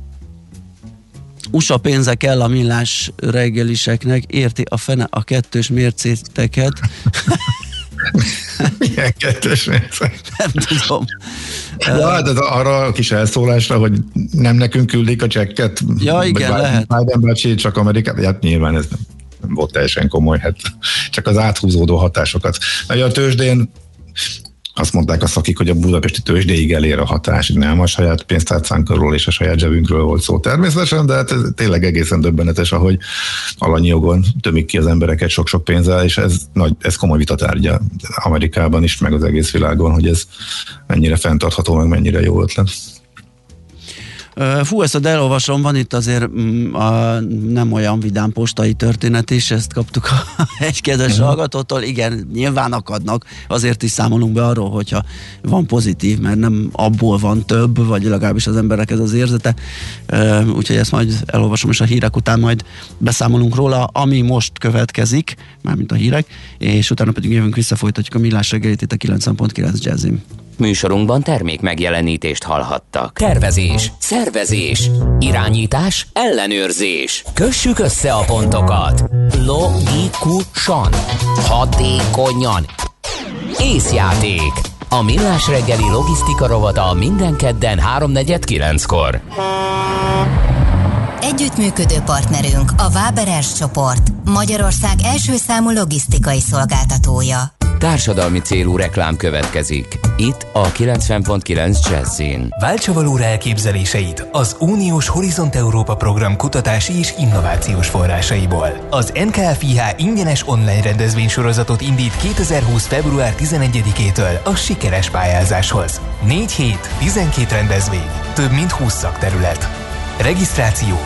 USA pénze kell a Millás reggeliseknek, érti a fene a kettős mércéteket. Milyen kettős mércétek? Nem tudom. Ja, de arra a kis elszólásra, hogy nem nekünk küldik a csekket. Ja, igen, lehet. Biden bácsi, csak Amerikát. Hát nyilván ez nem volt teljesen komoly, hát csak az áthúzódó hatásokat. A tőzsdén azt mondták a szakik, hogy a budapesti tőzsdéig elér a hatás, nem a saját pénztárcánkról és a saját zsebünkről volt szó természetesen, de hát ez tényleg egészen döbbenetes, ahogy alanyi jogon tömik ki az embereket sok-sok pénzzel, és ez komoly vitatárgya Amerikában is, meg az egész világon, hogy ez mennyire fenntartható, meg mennyire jó ötlet. Ezt a elolvasom, van itt azért nem olyan vidám postai történet is, ezt kaptuk egy kedves hallgatótól, igen, nyilván akadnak, azért is számolunk be arról, hogyha van pozitív, mert nem abból van több, vagy legalábbis az emberek ez az érzete, úgyhogy ezt majd elolvasom, és a hírek után majd beszámolunk róla, ami most következik, mármint a hírek, és utána pedig jövünk vissza, folytatjuk a Millás reggelit itt a 90.9 Jazzin. Műsorunkban termék megjelenítést hallhattak. Tervezés, szervezés, irányítás, ellenőrzés. Kössük össze a pontokat. Logikusan, hatékonyan. Észjáték. A Millás reggeli logisztika rovata minden kedden 3:49-kor. Együttműködő partnerünk a Waberers csoport, Magyarország első számú logisztikai szolgáltatója. Társadalmi célú reklám következik. Itt a 90.9 Jazzin. Váltsa valóra elképzeléseit az Uniós Horizont Európa program kutatási és innovációs forrásaiból. Az NKFIH ingyenes online rendezvénysorozatot indít 2020. február 11-től a sikeres pályázáshoz. 4 hét, 12 rendezvény, több mint 20 szakterület. Regisztráció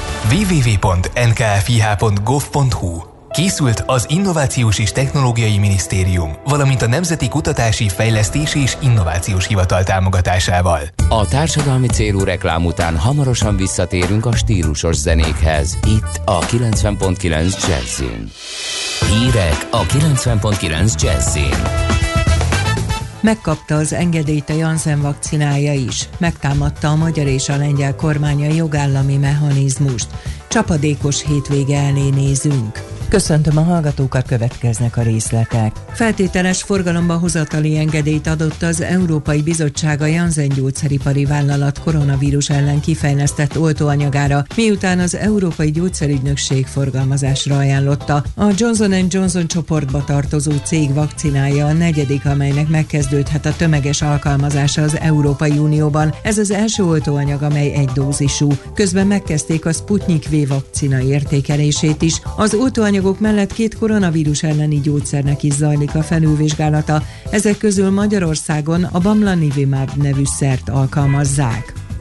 www.nkfih.gov.hu. Készült az Innovációs és Technológiai Minisztérium, valamint a Nemzeti Kutatási, Fejlesztési és Innovációs Hivatal támogatásával. A társadalmi célú reklám után hamarosan visszatérünk a stílusos zenékhez. Itt a 90.9 Jazzin. Hírek a 90.9 Jazzin. Megkapta az engedélyt a Janssen vakcinája is. Megtámadta a magyar és a lengyel kormány a jogállami mechanizmust. Csapadékos hétvége elé nézünk. Köszöntöm a hallgatókat, következnek a részletek. Feltételes forgalomba hozatali engedélyt adott az Európai Bizottság a Janssen gyógyszeripari vállalat koronavírus ellen kifejlesztett oltóanyagára, miután az Európai Gyógyszerügynökség forgalmazásra ajánlotta. A Johnson & Johnson csoportba tartozó cég vakcinája a 4., amelynek megkezdődhet a tömeges alkalmazása az Európai Unióban. Ez az első oltóanyag, amely egy dózisú. Közben megkezdték a Sputnik V vakcina értékelését is. Az oltóanyagok mellett 2 koronavírus elleni gyógyszernek is zajlik a felülvizsgálata. Ezek közül Magyarországon a Bamlanivimab nevű szert alkalmazzák.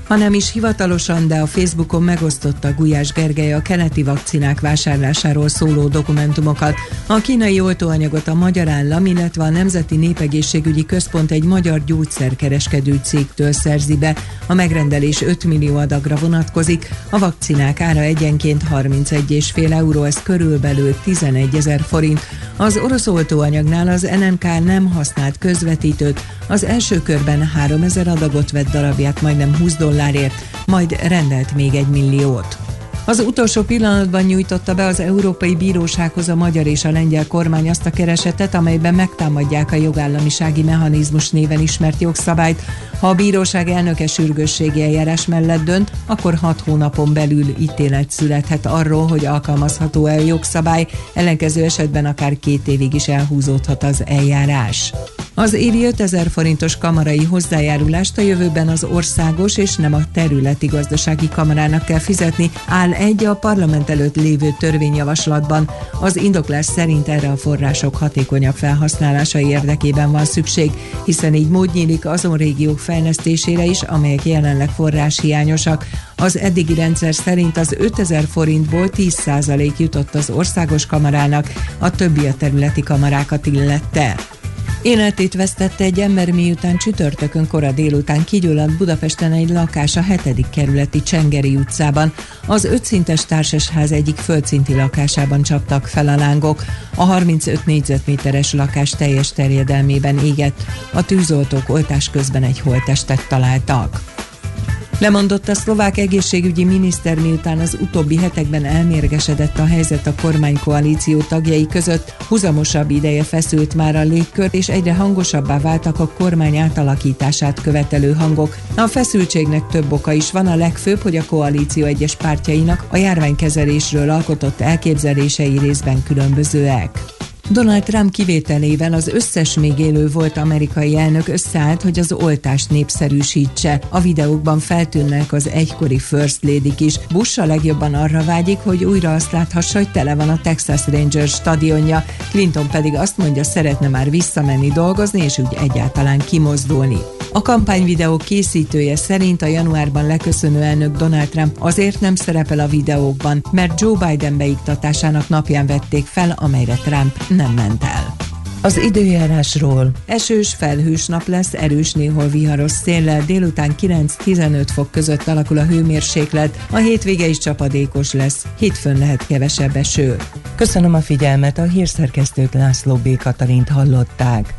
Ha nem is hivatalosan, de a Facebookon megosztotta Gulyás Gergely a keleti vakcinák vásárlásáról szóló dokumentumokat. A kínai oltóanyagot a Magyar Állam, illetve a Nemzeti Népegészségügyi Központ egy magyar gyógyszerkereskedő cégtől szerzi be. A megrendelés 5 millió adagra vonatkozik, a vakcinák ára egyenként 31,5 euró, ez körülbelül 11 000 forint. Az orosz oltóanyagnál az NNK nem használt közvetítőt, az első körben 3000 adagot vett darabját majdnem $20, majd rendelt még 1 milliót. Az utolsó pillanatban nyújtotta be az Európai Bírósághoz a magyar és a lengyel kormány azt a keresetet, amelyben megtámadják a jogállamisági mechanizmus néven ismert jogszabályt. Ha a bíróság elnöke sürgősségi eljárás mellett dönt, akkor 6 hónapon belül ítélet születhet arról, hogy alkalmazható-e a jogszabály, ellenkező esetben akár 2 évig is elhúzódhat az eljárás. Az évi 5000 forintos kamarai hozzájárulást a jövőben az országos és nem a területi gazdasági kamarának kell fizetni, áll egy a parlament előtt lévő törvényjavaslatban. Az indoklás szerint erre a források hatékonyabb felhasználása érdekében van szükség, hiszen így mód nyílik azon régiók fejlesztésére is, amelyek jelenleg forráshiányosak. Az eddigi rendszer szerint az 5000 forintból 10% jutott az országos kamarának, a többi a területi kamarákat illette. Életét vesztette egy ember, miután csütörtökön kora délután kigyulladt Budapesten egy lakás a 7. kerületi Csengeri utcában. Az 5 szintes társasház egyik földszinti lakásában csaptak fel a lángok. A 35 négyzetméteres lakás teljes terjedelmében égett. A tűzoltók oltás közben egy holttestet találtak. Lemondott a szlovák egészségügyi miniszter, miután az utóbbi hetekben elmérgesedett a helyzet a kormánykoalíció tagjai között. Huzamosabb ideje feszült már a légkör, és egyre hangosabbá váltak a kormány átalakítását követelő hangok. A feszültségnek több oka is van, a legfőbb, hogy a koalíció egyes pártjainak a járványkezelésről alkotott elképzelései részben különbözőek. Donald Trump kivételével az összes még élő volt amerikai elnök összeállt, hogy az oltást népszerűsítse. A videókban feltűnnek az egykori First Lady-k is. Bush a legjobban arra vágyik, hogy újra azt láthassa, hogy tele van a Texas Rangers stadionja. Clinton pedig azt mondja, szeretne már visszamenni dolgozni, és úgy egyáltalán kimozdulni. A kampányvideó készítője szerint a januárban leköszönő elnök Donald Trump azért nem szerepel a videókban, mert Joe Biden beiktatásának napján vették fel, amelyre Trump nem ment el. Az időjárásról. Esős, felhős nap lesz, erős, néhol viharos széllel, délután 9-15 fok között alakul a hőmérséklet, a hétvége is csapadékos lesz, hétfőn lehet kevesebb eső. Köszönöm a figyelmet, a hírszerkesztőt, László B. Katalint hallották.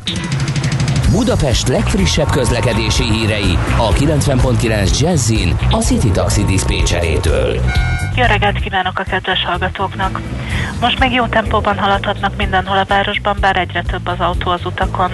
Budapest legfrissebb közlekedési hírei a 90.9 Jazzin a City Taxi diszpécserétől. Jó reggelt kívánok a kedves hallgatóknak! Most még jó tempóban haladhatnak mindenhol a városban, bár egyre több az autó az utakon.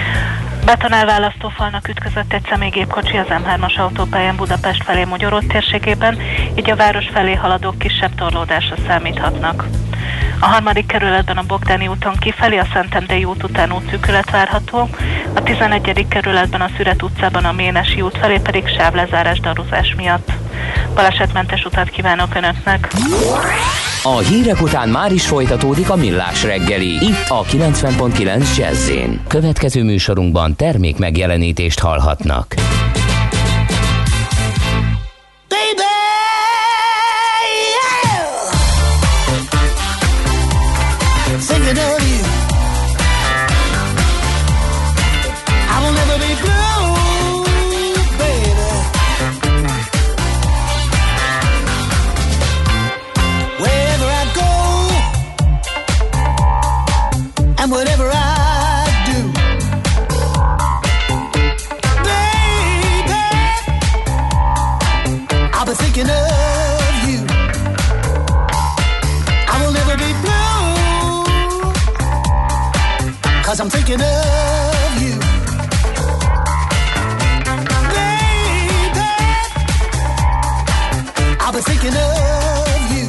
Betonelválasztófalnak ütközött egy személygépkocsi az M3-as autópályán Budapest felé Mogyoró térségében, így a város felé haladók kisebb torlódásra számíthatnak. A 3. kerületben a Bogdáni úton kifelé a Szentendrei út után útszűkület várható, a 11. kerületben a Szüret utcában a Ménesi út felé pedig sávlezárás daruzás miatt. Balesetmentes utat kívánok Önöknek! A hírek után már is folytatódik a Millás reggeli, itt a 90.9 Jazz-én. Következő műsorunkban termék megjelenítést hallhatnak. Thinking of you, I will never be blue, baby. Wherever I go, and whatever I do, baby, I'll be thinking of you. I will never be blue, 'cause I'm thinking of you. Baby, I'll be thinking of you.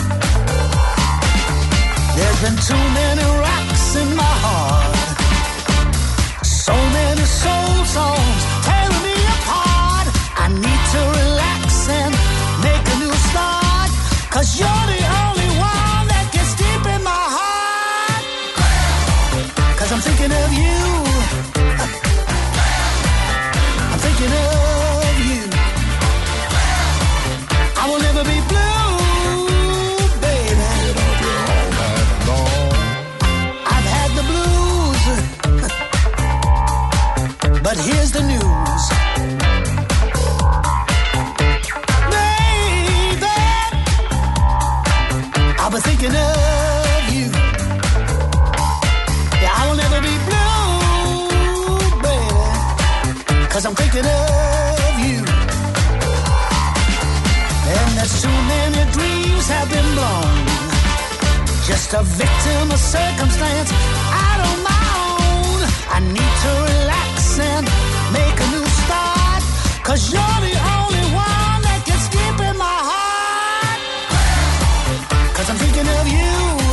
There's been too many rocks in my heart, so many soul songs tearing me apart. I need to relax and make a new start, 'cause you're the only one that gets deep in my heart. 'Cause I'm thinking of you. I'm thinking of you. you. Yeah, I will never be blue, baby, 'cause I'm thinking of you. And that too many dreams have been blown, just a victim of circumstance out on my own. I need to relax and make a new start, 'cause you're the only one that gets deep in my heart. 'Cause I'm thinking of you.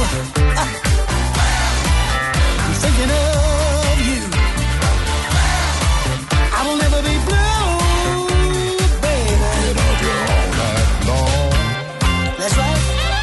I'm thinking of you. I will never be blue, baby. Get up here all night long. That's right.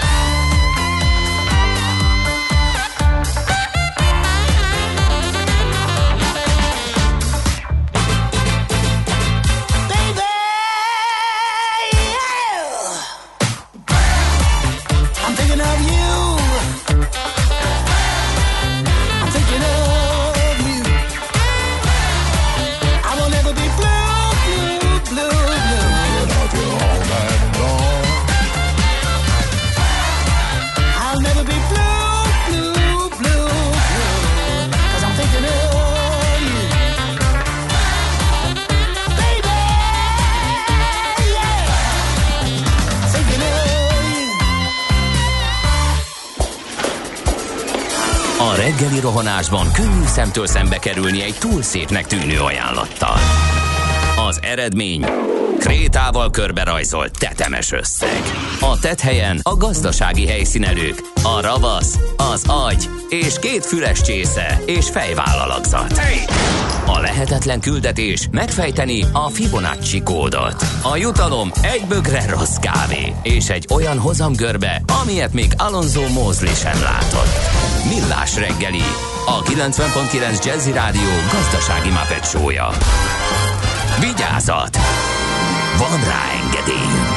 A reggeli rohanásban könnyű szemtől szembe kerülni egy túl szépnek tűnő ajánlattal. Az eredmény krétával körberajzolt tetemes összeg. A tetthelyen a gazdasági helyszínelők, a ravasz, az agy és 2 füles csésze és fejvállalakzat. A lehetetlen küldetés megfejteni a Fibonacci kódot. A jutalom egy bögre rossz kávé és egy olyan hozamgörbe, amilyet még Alonso Mosley sem látott. Millás reggeli, a 90.9 Jazzy Rádió gazdasági Muppet show-ja. Vigyázat! Van rá engedélyünk!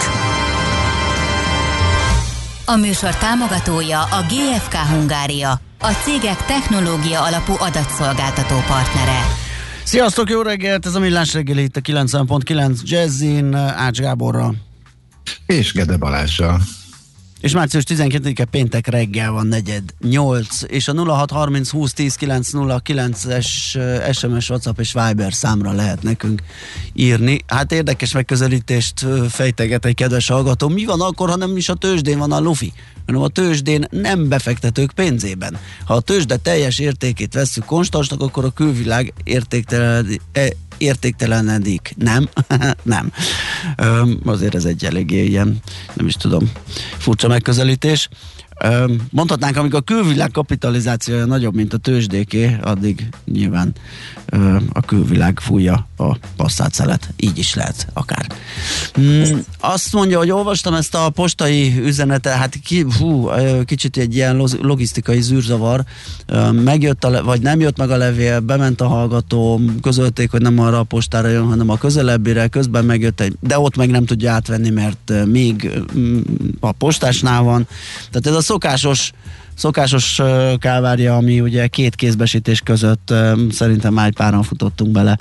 A műsor támogatója a GFK Hungária, a cégek technológia alapú adatszolgáltató partnere. Sziasztok, jó reggelt! Ez a Millás reggeli itt a 90.9 Jazzin, Ács Gáborral. És Gede Balázsral. És március 12-e péntek reggel van 7:08, és a 0630 20 10 909-es SMS, WhatsApp és Viber számra lehet nekünk írni. Hát érdekes megközelítést fejteget egy kedves hallgató. Mi van akkor, ha nem is a tőzsdén van a lufi, hanem a tőzsdén nem befektetők pénzében? Ha a tőzsde teljes értékét vesszük konstansnak, akkor a külvilág értéktelenedik. Nem? Nem. Azért ez egy eléggé ilyen, nem is tudom, furcsa megközelítés. Mondhatnánk, amikor a külvilág kapitalizációja nagyobb, mint a tőzsdéké, addig nyilván a külvilág fújja a passzát szelet. Így is lehet akár. Azt mondja, hogy olvastam ezt a postai üzenetet, hát kicsit egy ilyen logisztikai zűrzavar. Megjött, vagy nem jött meg a levél, bement a hallgató, közölték, hogy nem arra a postára jön, hanem a közelebbire, közben megjött egy, de ott meg nem tudja átvenni, mert még a postásnál van. Tehát ez a szokásos kálvária, ami ugye 2 kézbesítés között szerintem már egy páran futottunk bele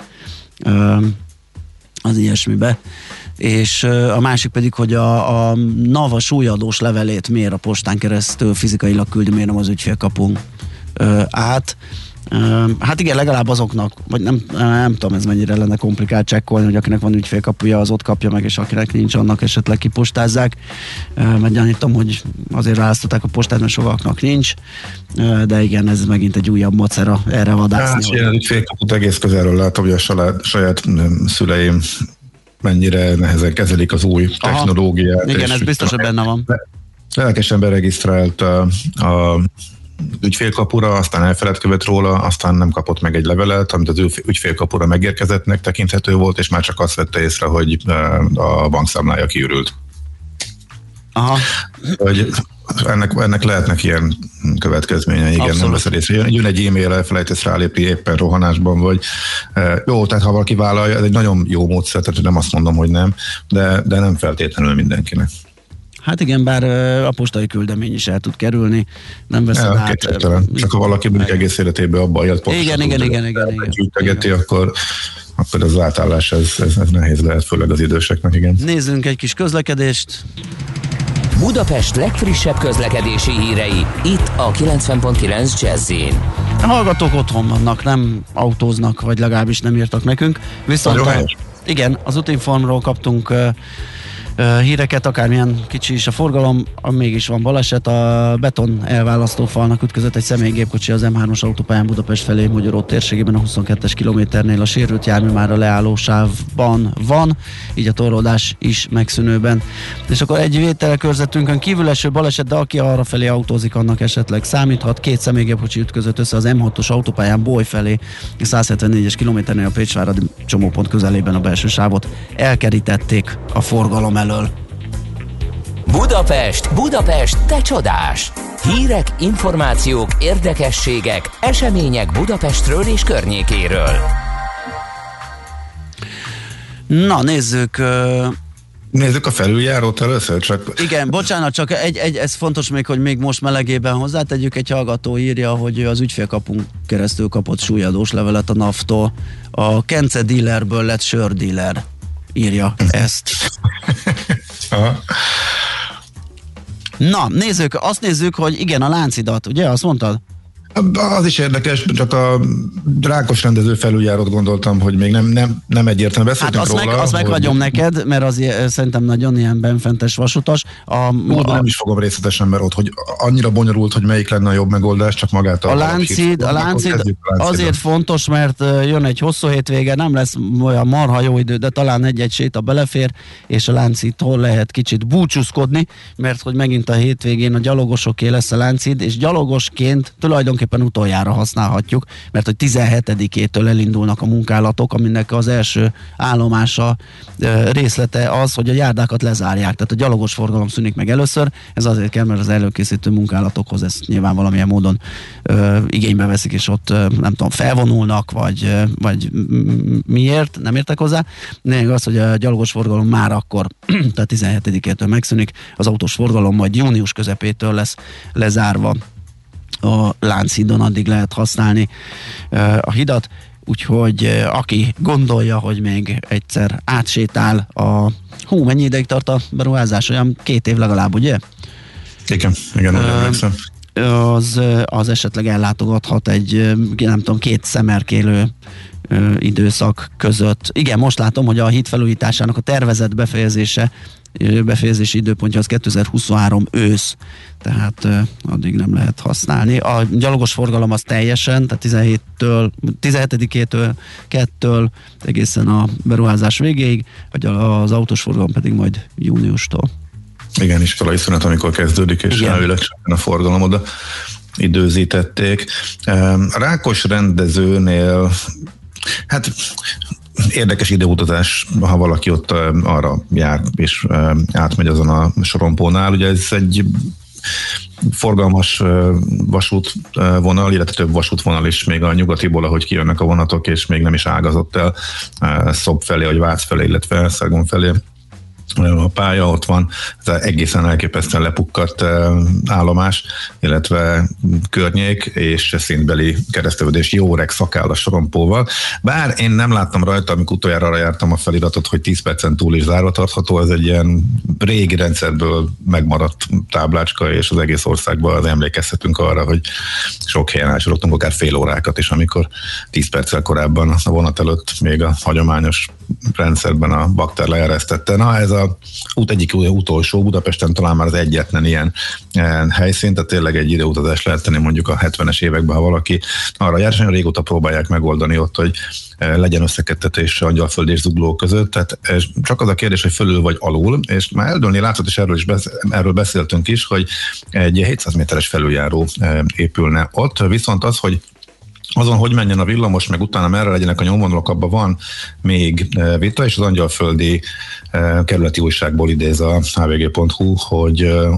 az ilyesmibe. És a másik pedig, hogy a NAV súlyadós levelét miért a postán keresztül fizikailag küldi, miért nem az ügyfélkapunk át. Hát igen, legalább azoknak, vagy nem tudom, ez mennyire lenne komplikált csekkolni, hogy akinek van ügyfélkapuja, az ott kapja meg, és akinek nincs, annak esetleg kipostázzák. Mert gyanítom, hogy azért választották a postát, mert sokaknak nincs, de igen, ez megint egy újabb macera erre vadászni. Hát ilyen ügyfélkaput egész közelről látom, hogy a saját szüleim mennyire nehezen kezelik az új technológiát. Igen, ez biztos, hogy benne van. Lelkesen beregisztrált a ügyfélkapura, aztán elfeledkezett róla, aztán nem kapott meg egy levelet, amit az ügyfélkapura megérkezettnek tekinthető volt, és már csak azt vette észre, hogy a bankszámlája kiürült. Aha. Hogy ennek lehetnek ilyen következményei, igen, abszolút. Nem veszed észre. Jön egy e-mail, elfelejtesz rálépni, éppen rohanásban vagy. Jó, tehát ha valaki vállalja, ez egy nagyon jó módszer, tehát nem azt mondom, hogy nem, de nem feltétlenül mindenkinek. Hát igen, bár a postai küldemény is el tud kerülni, nem veszed át. Csak ha valaki egész életében abban élt pontosan. Igen. Gyűjtegeti, akkor az átállás ez nehéz lehet, főleg az időseknek, igen. Nézzünk egy kis közlekedést. Budapest legfrissebb közlekedési hírei, itt a 90.9 Jazz-in. A hallgatók otthon vannak, nem autóznak, vagy legalábbis nem írtak nekünk. Viszont igen, az Utinformról kaptunk híreket, akármilyen kicsi is a forgalom, mégis van baleset. A beton elválasztófalnak ütközött egy személygépkocsi az M3-as autópályán Budapest felé Magyaród térségében a 22-es kilométernél. A sérült jármű már a leállósávban van, így a torlódás is megszűnőben. És akkor egy vételkörzetünkön kívül eső baleset, de aki arra felé autózik, annak esetleg számíthat. Két személygépkocsi ütközött össze az M6-os autópályán Boly felé, 174-es kilométernél a Pécsváradi csomópont közelében a belső sávot elkerítették a forgalom elől. Budapest, te csodás! Hírek, információk, érdekességek, események Budapestről és környékéről. Na, nézzük. Nézzük a felüljárót először, csak... Igen, bocsánat, csak ez fontos még, hogy még most melegében hozzátegyük, egy hallgató írja, hogy az ügyfélkapunk keresztül kapott súlyadós levelet a NAV-tól. A Kence dealerből lett sördealer, írja ezt. Na, azt nézzük, hogy igen, a Láncidat, ugye, azt mondtad? Az is érdekes, csak a Rákos rendező felüljárót gondoltam, hogy még nem egyértelmű beszéltünk róla. Azt meghagyom neked, mert az szerintem nagyon ilyen benfentes vasutas. Nem is fogom részletesen, mert ott, hogy annyira bonyolult, hogy melyik lenne a jobb megoldás, csak magát a Láncid azért fontos, mert jön egy hosszú hétvége, nem lesz olyan marha jó idő, de talán egy-egy séta belefér, és a Láncidtól lehet kicsit búcsúzkodni, mert hogy megint a hétvégén a gyalogosoké lesz a Láncid, és gyalogosként tulajdonképpen utoljára használhatjuk, mert hogy 17-től elindulnak a munkálatok, aminek az első állomása részlete az, hogy a járdákat lezárják, tehát a gyalogos forgalom szűnik meg először, ez azért kell, mert az előkészítő munkálatokhoz ezt nyilván valamilyen módon igénybe veszik, és ott nem tudom, felvonulnak, vagy miért, nem értek hozzá. Lényeg az, hogy a gyalogos forgalom már akkor, tehát 17-től megszűnik, az autós forgalom majd június közepétől lesz lezárva. A Lánchídon addig lehet használni a hidat, úgyhogy aki gondolja, hogy még egyszer átsétál mennyi ideig tart a beruházás? Olyan 2 év legalább, ugye? Igen, az esetleg ellátogathat egy, nem tudom, 2 szemerkélő időszak között. Igen, most látom, hogy a híd felújításának a tervezett befejezési időpontja az 2023 ősz, tehát addig nem lehet használni. A gyalogos forgalom az teljesen, tehát 17-től egészen a beruházás végéig, vagy az autós forgalom pedig majd júniustól. Igen, iskolai szünet, amikor kezdődik, és elvileg a forgalom oda időzítették. A Rákos rendezőnél hát érdekes ideutazás, ha valaki ott arra jár, és átmegy azon a sorompónál. Ugye ez egy forgalmas vasútvonal, illetve több vasútvonal is még a nyugatiból, ahogy kijönnek a vonatok, és még nem is ágazott el Szob felé, vagy Vác felé, illetve Esztergom felé. A pálya ott van, ez egészen elképesztően lepukkadt állomás, illetve környék, és szintbeli keresztülődés, jó öreg szakállas sorompóval. Bár én nem láttam rajta, amikor utoljára arra jártam a feliratot, hogy 10 percen túl is zárva tartható, ez egy ilyen régi rendszerből megmaradt táblácska, és az egész országban az emlékezhetünk arra, hogy sok helyen elsoroltunk akár fél órákat is, amikor 10 perccel korábban a vonat előtt még a hagyományos rendszerben a bakter leeresztette. Na, ez a egyik utolsó, Budapesten talán már az egyetlen ilyen helyszín, tehát tényleg egy időutazás lehet tenni mondjuk a 70-es években, ha valaki arra jár, és nagyon régóta próbálják megoldani ott, hogy legyen összekettetés Angyalföld és Zugló között, tehát csak az a kérdés, hogy fölül vagy alul, és már eldőlni látszott, és erről beszéltünk is, hogy egy 700 méteres felüljáró épülne ott, viszont az, hogy azon, hogy menjen a villamos, meg utána merre legyenek a nyomvonalak, abban van még vita, és az Angyalföldi kerületi újságból idéz a hvg.hu, hogy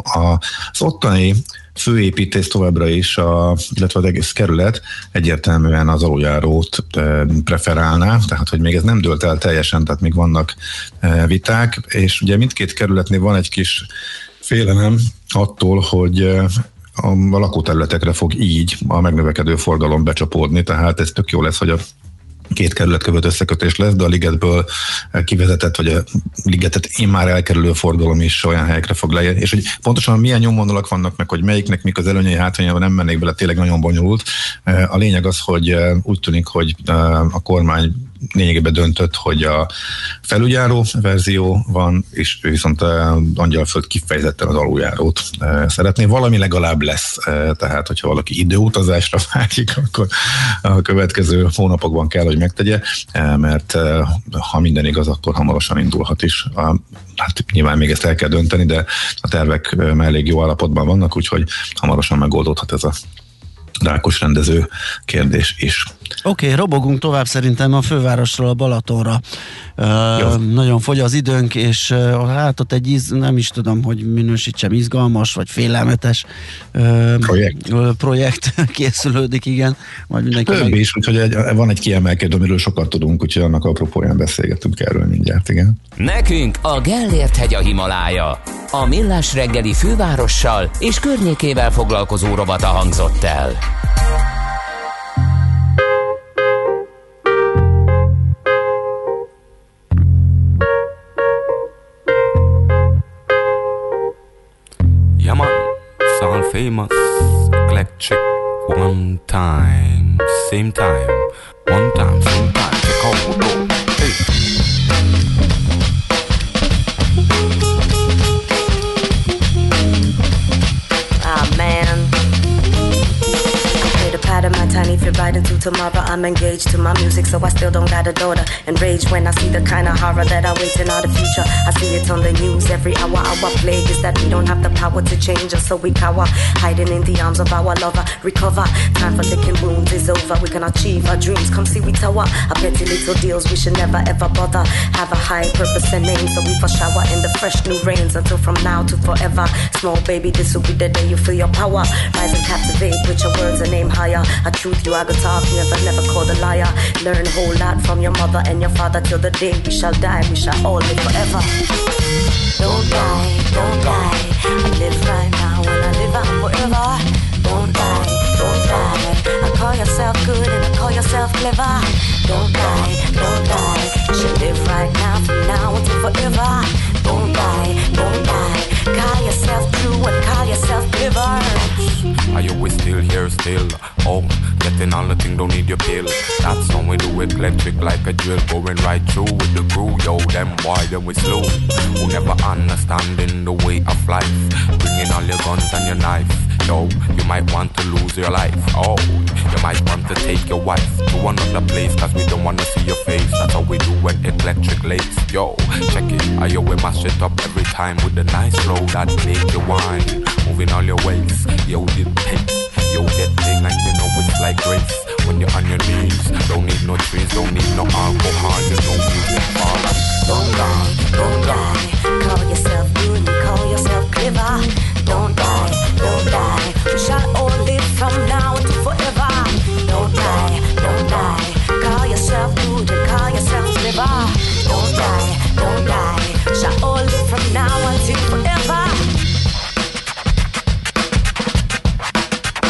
az ottani főépítész továbbra is, illetve az egész kerület egyértelműen az aluljárót preferálná, tehát hogy még ez nem dőlt el teljesen, tehát még vannak viták, és ugye mindkét kerületnél van egy kis félelem attól, hogy a lakóterületekre fog így a megnövekedő forgalom becsapódni, tehát ez tök jó lesz, hogy a két kerület között összekötés lesz, de a ligetből kivezetett, vagy a ligetet én már elkerülő forgalom is olyan helyekre fog lejönni, és hogy pontosan milyen nyomvonalak vannak meg, hogy melyiknek mik az előnyei, hátrányában nem mennék bele, tényleg nagyon bonyolult. A lényeg az, hogy úgy tűnik, hogy a kormány lényegében döntött, hogy a felüljáró verzió van, és ő viszont Angyalföld kifejezetten az aluljárót szeretné. Valami legalább lesz, tehát hogyha valaki időutazásra vágyik, akkor a következő hónapokban kell, hogy megtegye, mert ha minden igaz, akkor hamarosan indulhat is. Hát nyilván még ezt el kell dönteni, de a tervek elég jó állapotban vannak, úgyhogy hamarosan megoldódhat ez a rákos rendező kérdés is. Oké, robogunk tovább szerintem a fővárosról a Balatonra. Nagyon fogy az időnk, és hát ott egy nem is tudom, hogy minősítsem, izgalmas vagy félelmetes projekt készülődik, igen. Majd mindenki több is, úgyhogy van egy kiemelkedő, amiről sokat tudunk, úgyhogy annak apropóján beszélgetünk erről mindjárt, igen. Nekünk a Gellért-hegy a Himalája. A Millás reggeli fővárossal és környékével foglalkozó rovata hangzott el. Yeah man, it's all famous, electric, one time, same time, one time, same time, check out the road, hey. My tiny fit right into tomorrow. I'm engaged to my music, so I still don't got a daughter. Enraged when I see the kind of horror that I wait in all the future. I see it on the news every hour. Our plague is that we don't have the power to change us, so we cower, hiding in the arms of our lover. Recover, time for licking wounds is over. We can achieve our dreams. Come see we tower. Our petty little deals we should never ever bother. Have a high purpose and name, so we for shower in the fresh new rains until from now to forever. Small baby, this will be the day you feel your power. Rise and captivate with your words and aim higher. A truth you are gonna talk, never called a liar. Learn a whole lot from your mother and your father till the day we shall die. We shall all live forever. Don't die, don't die. I live right now and I live on forever. Don't die, don't die. I call yourself good and I call yourself clever. Don't die, don't die. You should live right now from now until forever. Don't die, don't die. Call yourself true and call yourself clever. Are you we still here still? Oh, getting on the thing, don't need your pill. That's how we do it, electric like a drill. Going right through with the crew, yo, them boy, then we slow. Who never understanding the way of life. Bringing all your guns and your knife. Yo, you might want to lose your life. Oh, you might want to take your wife to another place, cause we don't wanna see your face. That's how we do when electric lace. Yo, check it, I yo, we mash it up every time with the nice flow that make you whine. Moving all your ways, yo, the pace. Yo, get thing and you know it's like grace. When you're on your knees, don't need no trees, don't need no alcohol, you know music fall. Don't die, don't die. Call yourself good and call yourself clever. Don't die, don't die. We shall all live from now to forever. Don't die, don't die. Call yourself good and call yourself clever. Don't die, don't die. We shall all live from now until forever.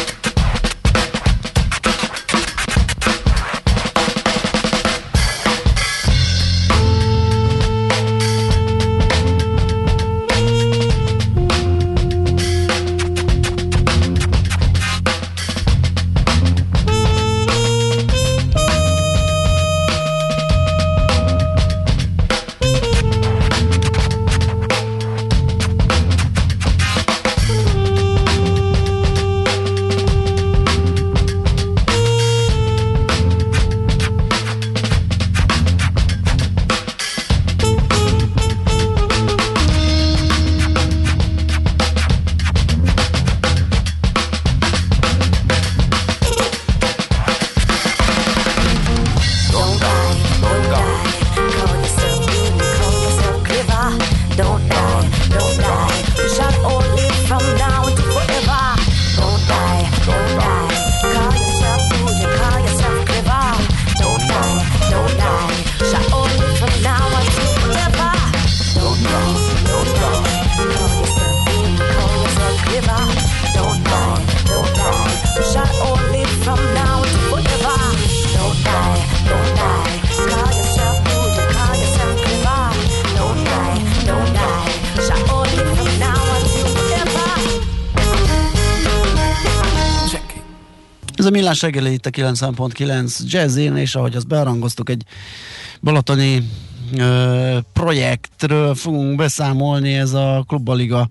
Ez a Millás reggeli itt a 90.9 Jazzin, és ahogy azt bearangoztuk, egy balatoni projektről fogunk beszámolni, ez a Klubbaliga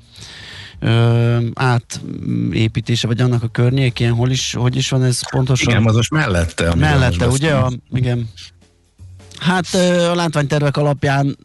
átépítése, vagy annak a környékén, hogy is van ez pontosan? Igen, az most mellette. Mellette, ugye? Igen. Hát a látványtervek alapján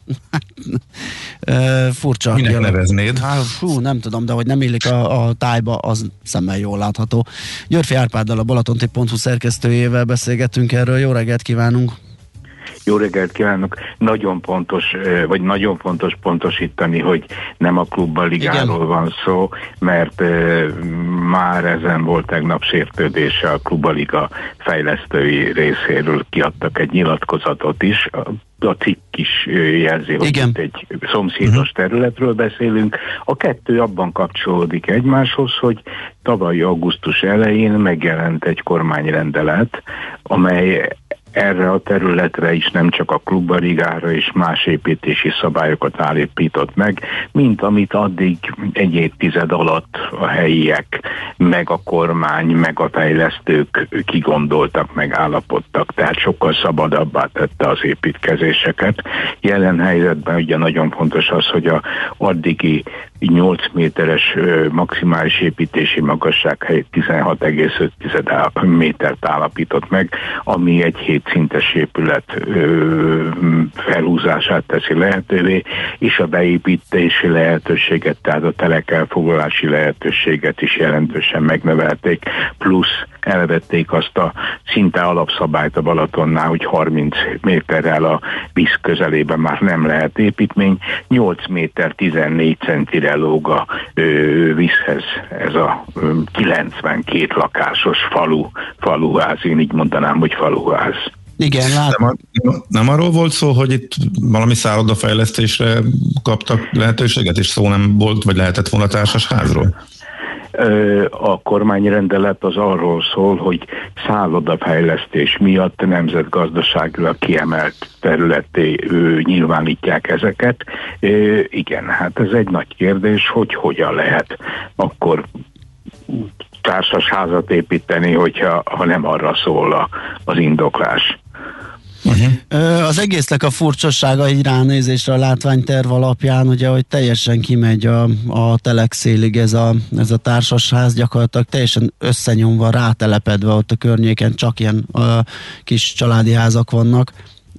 furcsa. Minek neveznéd? Nem tudom, de hogy nem illik a tájba, az szemmel jól látható. Györfi Árpáddal, a balatonti.hu szerkesztőjével beszélgetünk erről. Jó reggelt kívánunk! Jó reggelt kívánok! Nagyon fontos pontosítani, hogy nem a Klubbaligáról van szó, mert már ezen volt tegnap sértődése a Klubbaliga fejlesztői részéről, kiadtak egy nyilatkozatot is, a cikk is jelzi, hogy itt egy szomszédos területről beszélünk. A kettő abban kapcsolódik egymáshoz, hogy tavaly augusztus elején megjelent egy kormányrendelet, amely erre a területre is nem csak a Klubbaligára és más építési szabályokat állapított meg, mint amit addig egy évtized alatt a helyiek, meg a kormány, meg a fejlesztők kigondoltak, megállapodtak, tehát sokkal szabadabbá tette az építkezéseket. Jelen helyzetben ugye nagyon fontos az, hogy a addigi 8 méteres maximális építési magasság helyett 16,5 métert állapított meg, ami egy 7 szintes épület felhúzását teszi lehetővé, és a beépítési lehetőséget, tehát a telekelfoglalási lehetőséget is jelentősen megnövelték, plusz elvették azt a szinte alapszabályt a Balatonnál, hogy 30 méterrel a víz közelében már nem lehet építmény, 8 méter 14 centire lóg a vízhez ez a 92 lakásos faluház, én így mondanám, hogy faluház. Igen, nem arról volt szó, hogy itt valami szállodafejlesztésre kaptak lehetőséget, és szó nem volt, vagy lehetett volna társasházról? A kormányrendelet az arról szól, hogy szállodafejlesztés miatt nemzetgazdaságilag kiemelt területé nyilvánítják ezeket. Igen, hát ez egy nagy kérdés, hogy hogyan lehet akkor társasházat építeni, ha nem arra szól az indoklás. Az egésznek a furcsasága egy ránézésre a látványterv alapján, ugye, hogy teljesen kimegy a telexélig ez a társasház, gyakorlatilag teljesen összenyomva, rátelepedve ott a környéken, csak ilyen kis családi házak vannak,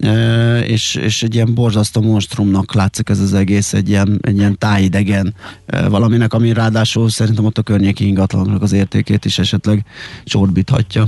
és egy ilyen borzasztó monstrumnak látszik ez az egész, egy ilyen tájidegen valaminek, ami ráadásul szerintem ott a környéki ingatlanok az értékét is esetleg csorbíthatja.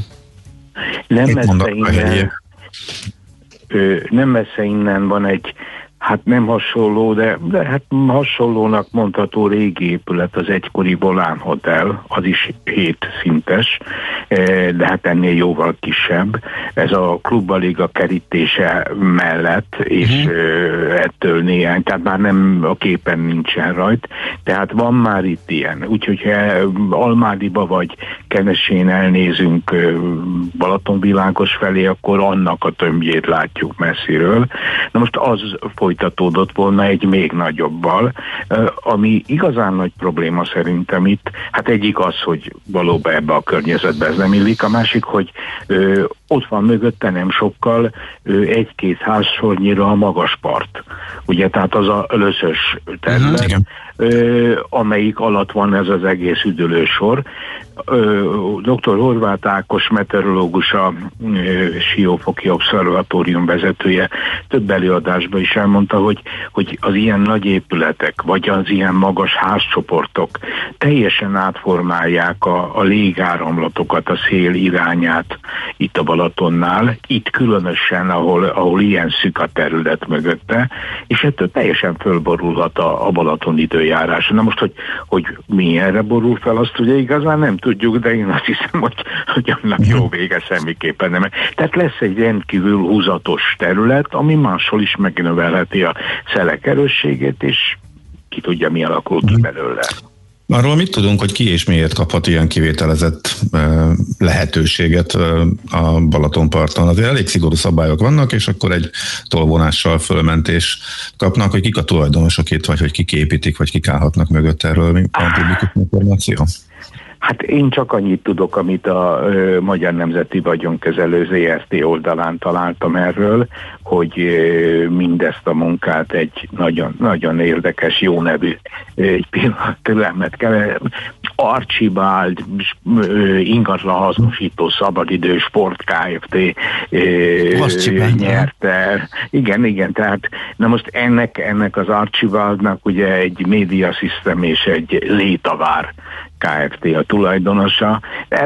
Nem messze innen van egy, hát nem hasonló, de hát hasonlónak mondható régi épület, az egykori Volán Hotel, az is 7 szintes, de hát ennél jóval kisebb. Ez a Klubbaliga kerítése mellett, és ettől néhány, tehát már nem a képen nincsen rajt, tehát van már itt ilyen. Úgyhogy ha Almádiba vagy Kenesén elnézünk Balatonvilágos felé, akkor annak a tömbjét látjuk messziről. Na most az folytatódott volna egy még nagyobbal, ami igazán nagy probléma szerintem itt, hát egyik az, hogy valóban ebbe a környezetbe ez nem illik, a másik, hogy ott van mögötte nem sokkal 1-2 házsornyira a magas part. Ugye, tehát az a löszös terület, amelyik alatt van ez az egész üdülősor. Dr. Horváth Ákos meteorológus, a Siófoki Obszervatórium vezetője több előadásban is elmondta, hogy az ilyen nagy épületek, vagy az ilyen magas házcsoportok teljesen átformálják a légáramlatokat, a szél irányát itt a Balatonnál, itt különösen, ahol ilyen szűk a terület mögötte, és ettől teljesen fölborulhat a Balaton időjárás. Na most, hogy mi erre borul fel, azt ugye igazán nem tudjuk, de én azt hiszem, hogy annak jó vége semmiképpen nem. Tehát lesz egy rendkívül húzatos terület, ami máshol is megnövelheti a szelek erősségét, és ki tudja, mi alakul ki belőle. Arról mit tudunk, hogy ki és miért kaphat ilyen kivételezett lehetőséget a Balatonparton? Azért elég szigorú szabályok vannak, és akkor egy tolvonással fölmentés kapnak, hogy kik a tulajdonosok itt, vagy hogy kik építik, vagy kik állhatnak mögött, erről van publikus információ? Hát én csak annyit tudok, amit a Magyar Nemzeti Vagyonkezelő ZRT oldalán találtam erről, hogy mindezt a munkát egy nagyon, nagyon érdekes, jó nevű, egy pillanat türelmet kell, Archibald ingatlan hasznosító szabadidő sport Kft. Nyerte. Igen, tehát na most ennek az Archibaldnak ugye egy Media System és egy Létavár Kft. A tulajdonosa.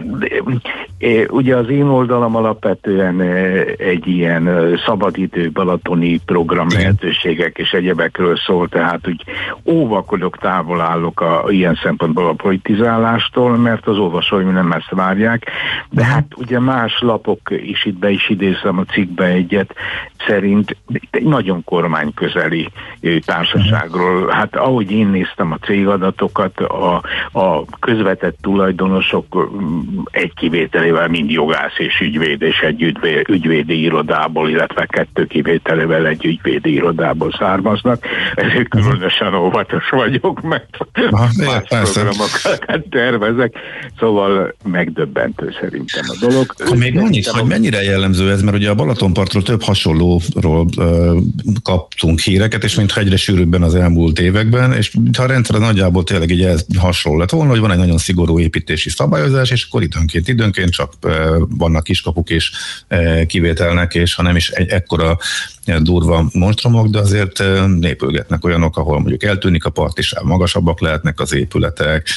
Ugye az én oldalam alapvetően egy ilyen szabadidő balatoni program lehetőségek és egyebekről szól, tehát úgy óvakodok, távol állok ilyen szempontból a politizálástól, mert az olvasóim nem ezt várják, de hát ugye más lapok is, itt be is idézem a cikkbe egyet, szerint egy nagyon kormányközeli társaságról, hát ahogy én néztem a cégadatokat, a közvetett tulajdonosok egy kivételével mind jogász és ügyvéd, és egy ügyvédi irodából, illetve 2 kivételével egy ügyvédi irodából származnak. Ezért különösen óvatos vagyok, mert más programokat tervezek. Szóval megdöbbentő szerintem a dolog. Még annyit, hogy mennyire jellemző ez, mert ugye a Balatonpartról több hasonlóról kaptunk híreket, és mintha egyre sűrűbben az elmúlt években, és ha a rendszer nagyjából tényleg így hasonló lett volna, hogy van egy nagyon szigorú építési szabályozás, és akkor időnként csak vannak kiskapuk és kivételnek, és ha nem is ekkora durva monstrumok, de azért népülgetnek olyanok, ahol mondjuk eltűnik a partisáv, magasabbak lehetnek az épületek.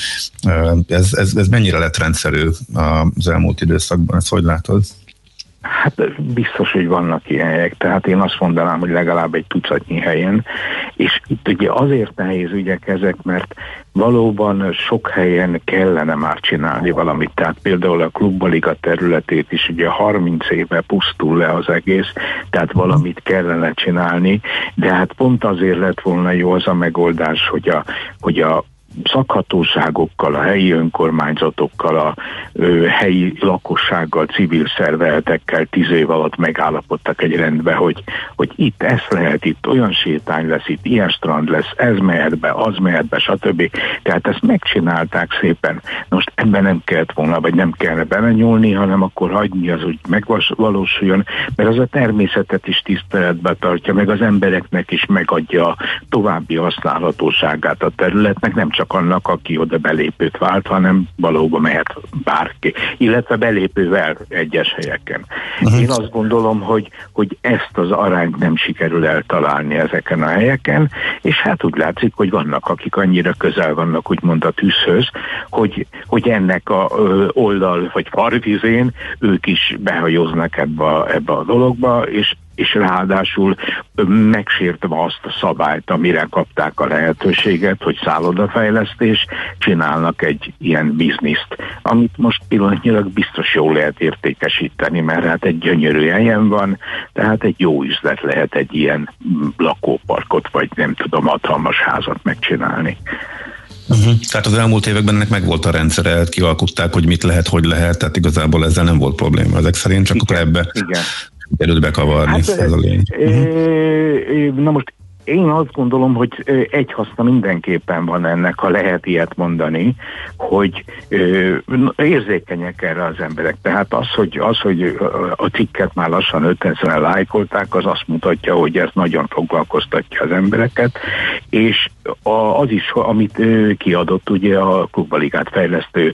Ez mennyire lett rendszerű az elmúlt időszakban, ezt hogy látod? Hát biztos, hogy vannak ilyen helyek, tehát én azt mondanám, hogy legalább egy tucatnyi helyen, és itt ugye azért nehéz ügyek ezek, mert valóban sok helyen kellene már csinálni valamit, tehát például a Klubbaliga területét is ugye 30 éve pusztul le az egész, tehát valamit kellene csinálni, de hát pont azért lett volna jó az a megoldás, hogy a szakhatóságokkal, a helyi önkormányzatokkal, a helyi lakossággal, civil szervezetekkel 10 év alatt megállapodtak egy rendbe, hogy itt ezt lehet, itt olyan sétány lesz, itt ilyen strand lesz, ez mehet be, az mehet be, stb. Tehát ezt megcsinálták szépen. Most ebben nem kellett volna, vagy nem kellene belenyúlni, hanem akkor hagyni az, hogy megvalósuljon, mert az a természetet is tiszteletbe tartja, meg az embereknek is megadja további használhatóságát a területnek, nem csak annak, aki oda belépőt vált, hanem valóban mehet bárki, illetve belépővel egyes helyeken. Én azt gondolom, hogy ezt az arányt nem sikerül eltalálni ezeken a helyeken, és hát úgy látszik, hogy vannak, akik annyira közel vannak, úgymond a tűzhöz, hogy ennek a oldal vagy farvizén ők is behajóznak ebbe a dologba, és ráadásul megsértve azt a szabályt, amire kapták a lehetőséget, hogy szállodafejlesztés, csinálnak egy ilyen bizniszt, amit most pillanatnyilag biztos jól lehet értékesíteni, mert hát egy gyönyörű helyen van, tehát egy jó üzlet lehet egy ilyen lakóparkot, vagy nem tudom, hatalmas házat megcsinálni. Tehát az elmúlt években ennek megvolt a rendszere, kialkutták, hogy mit lehet, hogy lehet, tehát igazából ezzel nem volt probléma ezek szerint, csak akkor ebbe került bekavarni, hát, ez a lény. Na most én azt gondolom, hogy egy haszna mindenképpen van ennek, ha lehet ilyet mondani, hogy érzékenyek erre az emberek. Tehát az, hogy a cikket már lassan 5000-en lájkolták, az azt mutatja, hogy ez nagyon foglalkoztatja az embereket, és az is, amit kiadott, ugye a Klubbaligát fejlesztő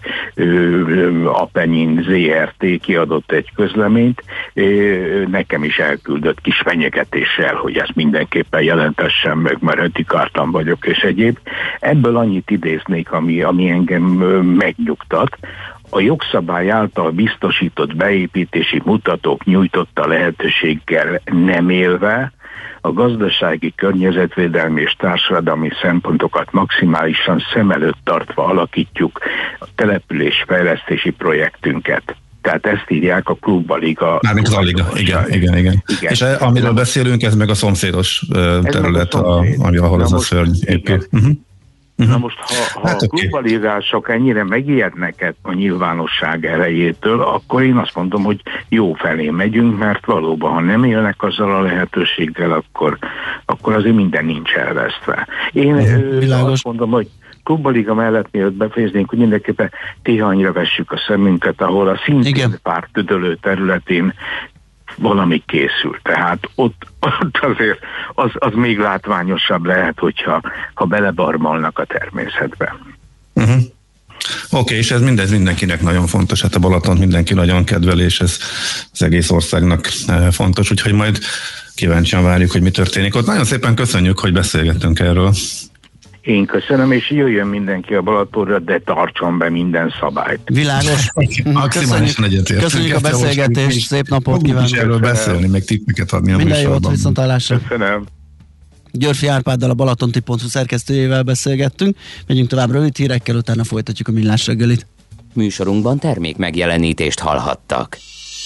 Apennin ZRT kiadott egy közleményt, nekem is elküldött kis fenyegetéssel, hogy ezt mindenképpen jelentessem meg, mert ötikártan vagyok, és egyéb. Ebből annyit idéznék, ami engem megnyugtat. A jogszabály által biztosított beépítési mutatók nyújtotta lehetőséggel nem élve, a gazdasági, környezetvédelmi és társadalmi szempontokat maximálisan szem előtt tartva alakítjuk a településfejlesztési projektünket. Tehát ezt írják a Klubbaliga. Mármint az Aliga, igen. És amiről beszélünk, ez meg a szomszédos terület, ahol az a szörny épül. Na most, ha a klubbaligások ennyire megijednek a nyilvánosság erejétől, akkor én azt mondom, hogy jó felé megyünk, mert valóban, ha nem élnek azzal a lehetőséggel, akkor azért minden nincs elvesztve. Én azt mondom, Klubaliga mellett mielőtt befejeznénk, hogy mindenképpen Tihanyra vessük a szemünket, ahol a szintén pártüdölő területén valami készül. Tehát ott azért az még látványosabb lehet, ha belebarmalnak a természetbe. Uh-huh. Oké, és ez mindez mindenkinek nagyon fontos, hát a Balatont mindenki nagyon kedvel, és ez az egész országnak fontos, úgyhogy majd kíváncsian várjuk, hogy mi történik ott. Nagyon szépen köszönjük, hogy beszélgettünk erről. Én köszönöm, és jöjjön mindenki a Balatonra, de tartson be minden szabályt. Világos. Maximálisan egyetértünk. Köszönjük a beszélgetést, szép napot kívánok. Is erről beszélni, meg tippeket adni a minden műsorban. jót, viszontlátásra. Köszönöm. Györfi Árpáddal, a Balatonti.hu szerkesztőjével beszélgettünk. Megyünk tovább rövid hírekkel, utána folytatjuk a Millás reggelit. Műsorunkban termék megjelenítést hallhattak.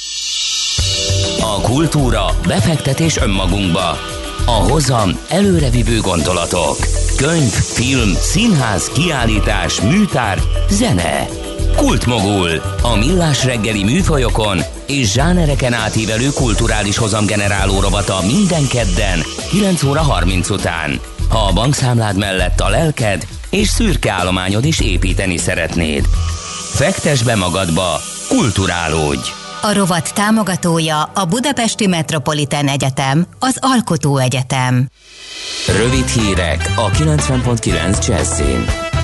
A kultúra, befektetés önmagunkba. A hozam előrevívő gondolatok. Könyv, film, színház, kiállítás, műtár, zene. Kultmogul. A Millás reggeli műfajokon és zsánereken átívelő kulturális hozamgeneráló rovata minden kedden 9 óra 30 után. Ha a bankszámlád mellett a lelked és szürke állományod is építeni szeretnéd. Fektess be magadba, kulturálódj! A rovat támogatója a Budapesti Metropolitán Egyetem, az Alkotó Egyetem. Rövid hírek a 90.9 Jazzin.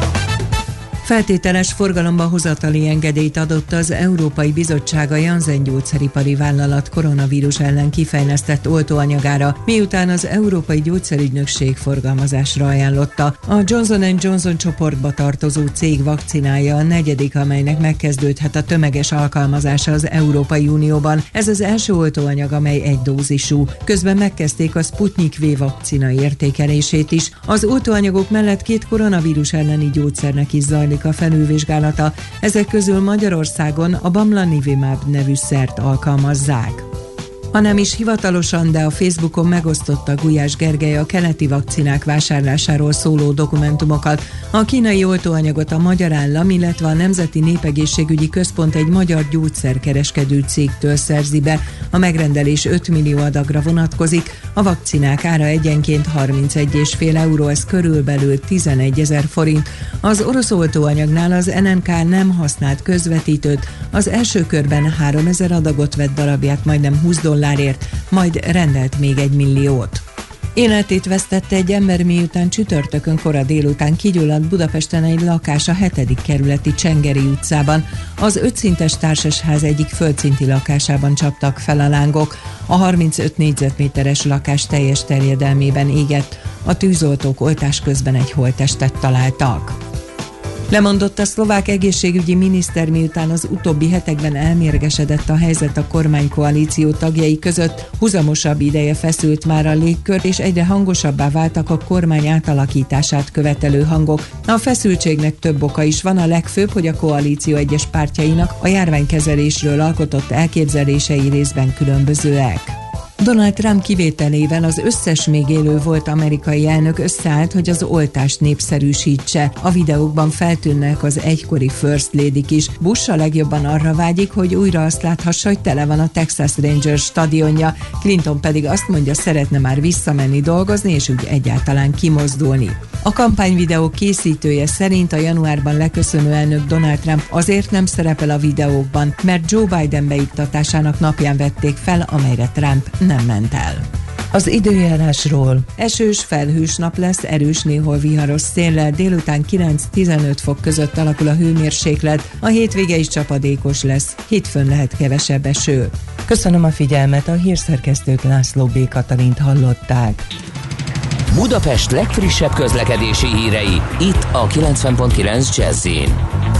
Feltételes forgalomba hozatali engedélyt adott az Európai Bizottság a Janssen gyógyszeripari vállalat koronavírus ellen kifejlesztett oltóanyagára, miután az Európai Gyógyszerügynökség forgalmazásra ajánlotta. A Johnson & Johnson csoportba tartozó cég vakcinája a negyedik, amelynek megkezdődhet a tömeges alkalmazása az Európai Unióban. Ez az első oltóanyag, amely egy dózisú. Közben megkezdték a Sputnik V vakcina értékelését is. Az oltóanyagok mellett 2 koronavírus elleni gyógyszernek is zajlik a felülvizsgálata. Ezek közül Magyarországon a Bamlanivimab nevű szert alkalmazzák. Ha nem is hivatalosan, de a Facebookon megosztotta Gulyás Gergely a keleti vakcinák vásárlásáról szóló dokumentumokat. A kínai oltóanyagot a Magyar Állam, illetve a Nemzeti Népegészségügyi Központ egy magyar gyógyszerkereskedő cégtől szerzi be. A megrendelés 5 millió adagra vonatkozik, a vakcinák ára egyenként 31,5 euró, ez körülbelül 11 000 forint. Az orosz oltóanyagnál az NNK nem használt közvetítőt, az első körben 3000 adagot vett darabját majdnem $20, majd rendelt még 1 milliót. Életét vesztette egy ember, miután csütörtökön kora délután kigyulladt Budapesten egy lakás a 7. kerületi Csengeri utcában. Az 5 szintes társasház egyik földszinti lakásában csaptak fel a lángok. A 35 négyzetméteres lakás teljes terjedelmében égett. A tűzoltók oltás közben egy holttestet találtak. Lemondott a szlovák egészségügyi miniszter, miután az utóbbi hetekben elmérgesedett a helyzet a kormánykoalíció tagjai között. Huzamosabb ideje feszült már a légkör, és egyre hangosabbá váltak a kormány átalakítását követelő hangok. A feszültségnek több oka is van, a legfőbb, hogy a koalíció egyes pártjainak a járványkezelésről alkotott elképzelései részben különbözőek. Donald Trump kivételével az összes még élő volt amerikai elnök összeállt, hogy az oltást népszerűsítse. A videókban feltűnnek az egykori First Lady-k is. Bush a legjobban arra vágyik, hogy újra azt láthassa, hogy tele van a Texas Rangers stadionja. Clinton pedig azt mondja, szeretne már visszamenni dolgozni, és úgy egyáltalán kimozdulni. A kampányvideó készítője szerint a januárban leköszönő elnök Donald Trump azért nem szerepel a videókban, mert Joe Biden beiktatásának napján vették fel, amelyre Trump nem ment el. Az időjárásról. Esős, felhős nap lesz, erős, néhol viharos széllel, délután 9-15 fok között alakul a hőmérséklet, a hétvége is csapadékos lesz, hétfőn lehet kevesebb eső. Köszönöm a figyelmet, a hírszerkesztőt László B. Katalint hallották. Budapest legfrissebb közlekedési hírei, itt a 90.9 Jazz-in.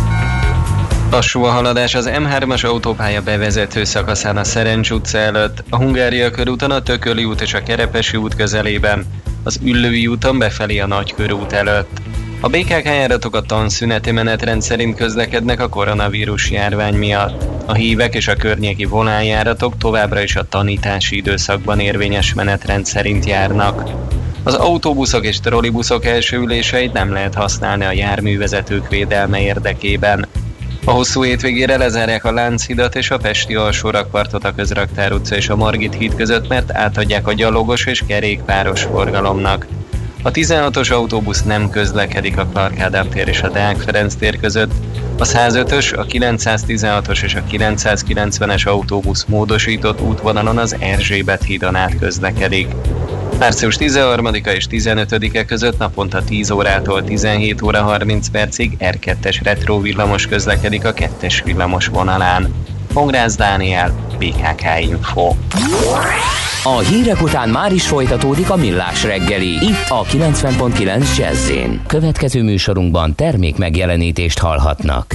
Lassú a haladás az M3-as autópálya bevezető szakaszán a Szerencs utca előtt, a Hungária körúton a Tököli út és a Kerepesi út közelében, az Üllői úton befelé a Nagykörút előtt. A BKK járatok a tanszüneti menetrend szerint közlekednek a koronavírus járvány miatt. A hívek és a környéki volánjáratok továbbra is a tanítási időszakban érvényes menetrend szerint járnak. Az autóbuszok és trollibuszok első üléseit nem lehet használni a járművezetők védelme érdekében. A hosszú hétvégére lezárják a Lánchidat és a Pesti alsórakpartot a Közraktár utca és a Margit híd között, mert átadják a gyalogos és kerékpáros forgalomnak. A 16-os autóbusz nem közlekedik a Clark Ádám tér és a Deák Ferenc tér között, a 105-ös, a 916-os és a 990-es autóbusz módosított útvonalon az Erzsébet hídon át közlekedik. Március 13-a és 15-e között naponta 10 órától 17 óra 30 percig R2-es retro villamos közlekedik a 2-es villamos vonalán. Pongrász Dániel, BKK Info. A hírek után már is folytatódik a Millás reggeli, itt a 90.9 Jazz-én. Következő műsorunkban termék megjelenítést hallhatnak.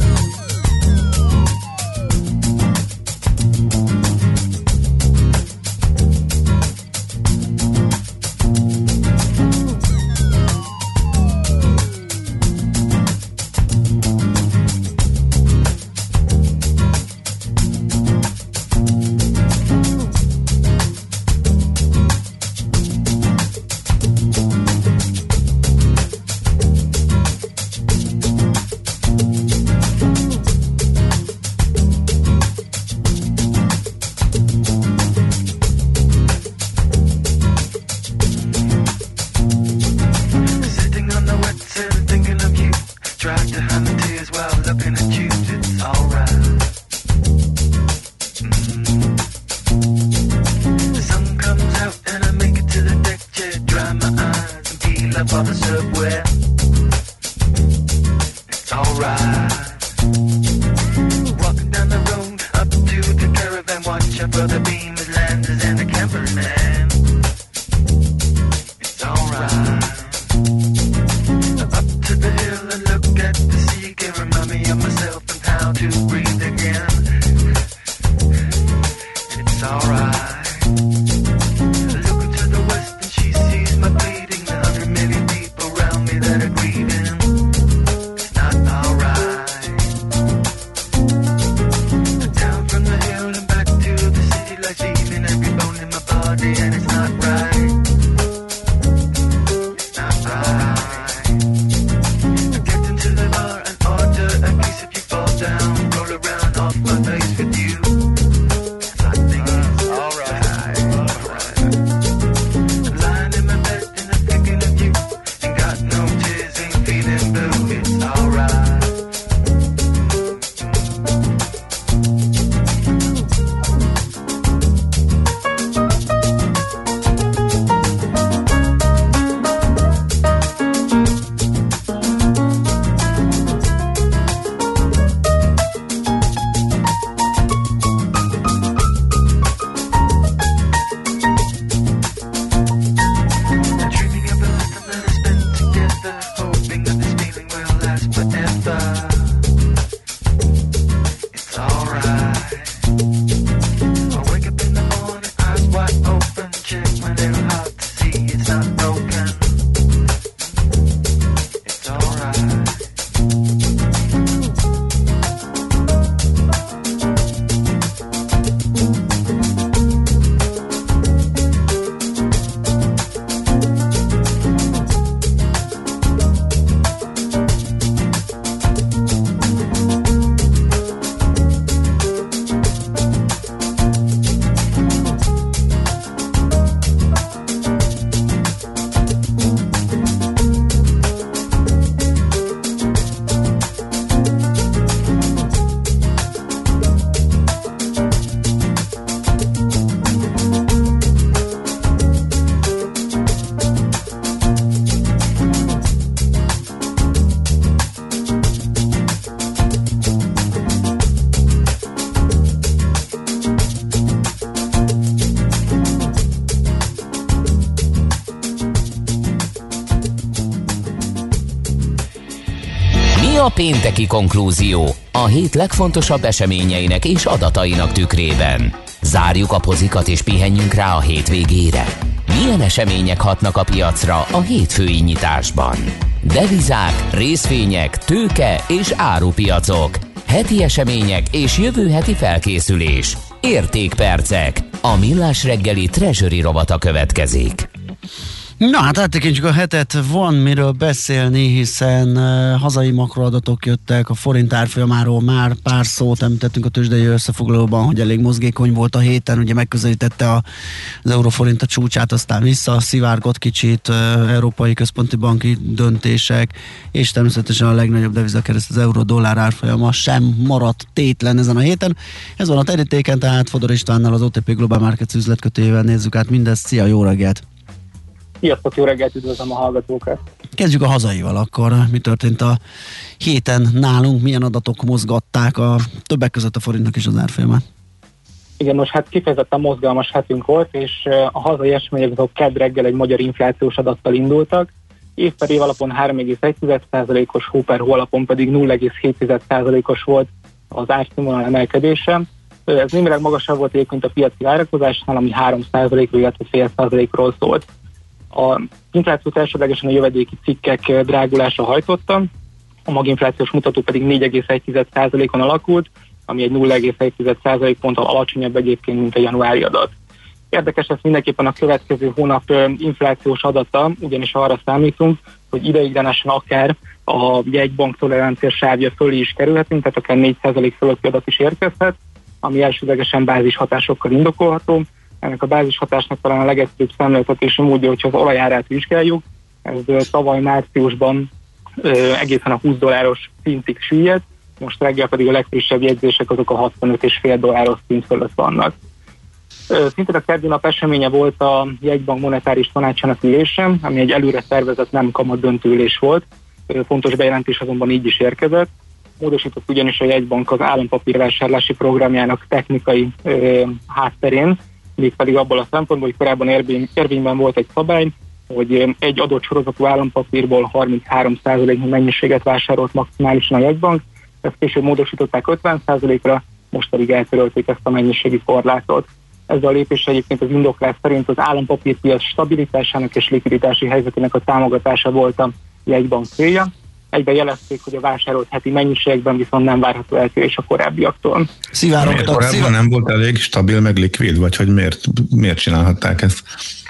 a pénteki konklúzió a hét legfontosabb eseményeinek és adatainak tükrében? Zárjuk a pozikat és pihenjünk rá a hétvégére. Milyen események hatnak a piacra a hétfői nyitásban? Devizák, részvények, tőke és árupiacok. Heti események és jövő heti felkészülés. Értékpercek. A Millás reggeli Treasury rovata következik. Na hát áttekintjük a hetet, van miről beszélni, hiszen hazai makroadatok jöttek, a forint árfolyamáról már pár szót említettünk a tőzsdei összefoglalóban, hogy elég mozgékony volt a héten, ugye megközelítette az euróforint a csúcsát, aztán visszaszivárgott kicsit, európai központi banki döntések, és természetesen a legnagyobb devizakereszt, az euró-dollár árfolyama sem maradt tétlen ezen a héten. Ez van a terítéken, tehát Fodor Istvánnal, az OTP Global Markets üzletkötőjével nézzük át mindezt. Szia, jó reggelt! Sziasztok, jó reggelt, üdvözlöm a hallgatókat! Kezdjük a hazaival akkor. Mi történt a héten nálunk? Milyen adatok mozgatták többek között a forintnak is az árfolyamát? Igen, most hát kifejezetten mozgalmas hetünk volt, és a hazai események azok kedd reggel egy magyar inflációs adattal indultak. Év per év alapon 3,1%-os, hó per hó alapon pedig 0,7%-os volt az árszínvonal emelkedése. Ez némileg magasabb volt egyébként a piaci várakozásnál, ami 3%-ról, illetve fél százalékról szólt. A inflációt elsődlegesen a jövedéki cikkek drágulása hajtotta, a maginflációs mutató pedig 4,1%-on alakult, ami egy 0,1% ponttal alacsonyabb egyébként, mint a januári adat. Érdekes ez mindenképpen a következő hónap inflációs adata, ugyanis arra számítunk, hogy ideiglenesen akár a jegybank tolerancia sávja fölé is kerülhetünk, tehát akár 4% fölötti adat is érkezhet, ami elsődlegesen bázis hatásokkal indokolható. Ennek a bázishatásnak talán a legegyszerűbb szemléltetési módja, hogyha az olajárát vizsgáljuk. Ez tavaly márciusban egészen a $20 szintig süllyedt, most reggel pedig a legfrissebb jegyzések azok a $65,5 szint fölött vannak. Szintén a keddi nap eseménye volt a jegybank monetáris tanácsának ülése, ami egy előre tervezett nem kamat döntő ülés volt. Fontos bejelentés azonban így is érkezett. Módosított ugyanis a jegybank az állampapírvásárlási programjának technikai hátterén, mégpedig abból a szempontból, hogy korábban érvényben volt egy szabály, hogy egy adott sorozatú állampapírból 33%-nyi mennyiséget vásárolt maximálisan a jegybank, ezt később módosították 50%-ra, most pedig eltörölték ezt a mennyiségi korlátot. Ezzel a lépés egyébként az indoklás szerint az állampapírpiac stabilitásának és likviditási helyzetének a támogatása volt a jegybank célja. Egyben jelezték, hogy a vásárolt heti mennyiségben viszont nem várható eltérés a korábbiaktól. Korábban nem volt elég stabil meg likvid, vagy hogy miért csinálhatták ezt?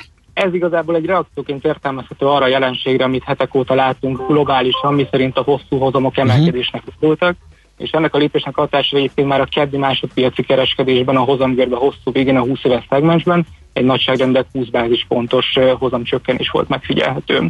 Ez igazából egy reakcióként értelmezhető arra a jelenségre, amit hetek óta látunk globálisan, miszerint a hosszú hozamok emelkedésnek voltak, és ennek a lépésnek hatása egyébként már a keddi másodpiaci kereskedésben, a hozamgörbe hosszú végén a 20 éves szegmensben egy nagyságrendek 20 bázispontos hozamcsökkenés volt megfigyelhető.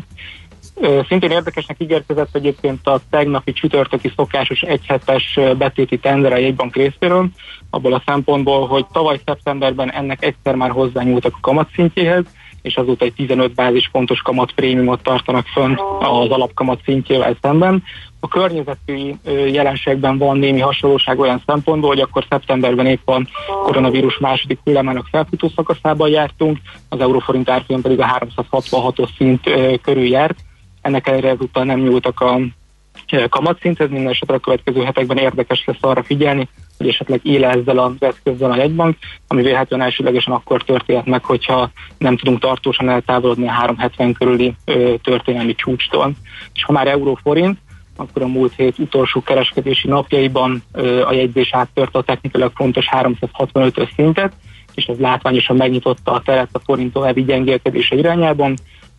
Szintén érdekesnek ígérkezett egyébként a tegnapi csütörtöki szokásos egyhetes betéti tender a jegybank részéről, abból a szempontból, hogy tavaly szeptemberben ennek egyszer már hozzányúltak a kamatszintjéhez, és azóta egy 15 bázispontos kamatprémiumot tartanak fönt az alapkamat szintjével szemben. A környezeti jelenségben van némi hasonlóság olyan szempontból, hogy akkor szeptemberben épp a koronavírus második hullámának felfutó szakaszában jártunk, az euróforint árfolyam pedig a 366-os szint körül járt. Ennek ellenére ezúttal nem nyúltak a kamatszinthez, minden esetre a következő hetekben érdekes lesz arra figyelni, hogy esetleg éle ezzel az eszközzel a jegybank, ami vélhetően elsődlegesen akkor történhet meg, hogyha nem tudunk tartósan eltávolodni a 370 körüli történelmi csúcstól. És ha már euróforint, akkor a múlt hét utolsó kereskedési napjaiban a jegyzés áttörte a technikailag fontos 365-ös szintet, és ez látványosan megnyitotta a teret a forint további gyengélkedése irányában.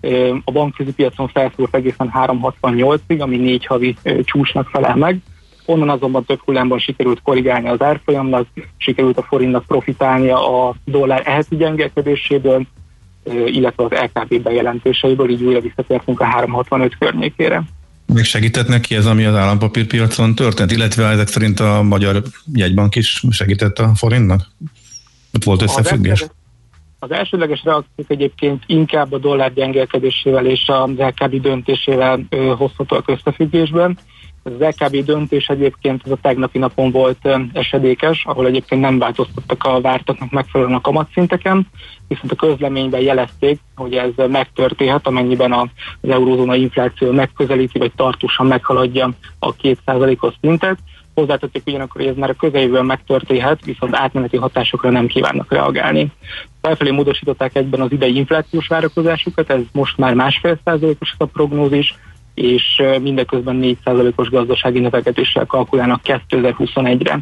A bankközi piacon felszúrt egészen 368-ig, ami 4 havi csúcsnak felel meg. Onnan azonban több hullámban sikerült korrigálni az árfolyamnak, sikerült a forintnak profitálnia a dollár eheti gyengélkedéséből, illetve az LKB bejelentéseiből, így újra visszatértünk a 365 környékére. Még segített neki ez, ami az állampapírpiacon történt, illetve ezek szerint a magyar jegybank is segített a forintnak? Ott volt összefüggés? Az elsődleges reakciók egyébként inkább a dollár gyengélkedésével és az LKB döntésével hozhatóak összefüggésben. Az LKB döntés egyébként az a tegnapi napon volt esedékes, ahol egyébként nem változtattak a vártaknak megfelelően a kamatszinteken, viszont a közleményben jelezték, hogy ez megtörténhet, amennyiben az eurózóna infláció megközelíti, vagy tartósan meghaladja a 2%-os szintet. Hozzátették ugyanakkor, hogy ez már a közeljövőben megtörténhet, viszont átmeneti hatásokra nem kívánnak reagálni. Felfelé módosították egyben az idei inflációs várakozásukat, ez most már 1,5%-os a prognózis, és mindeközben 4%-os gazdasági növekedéssel kalkulálnak 2021-re.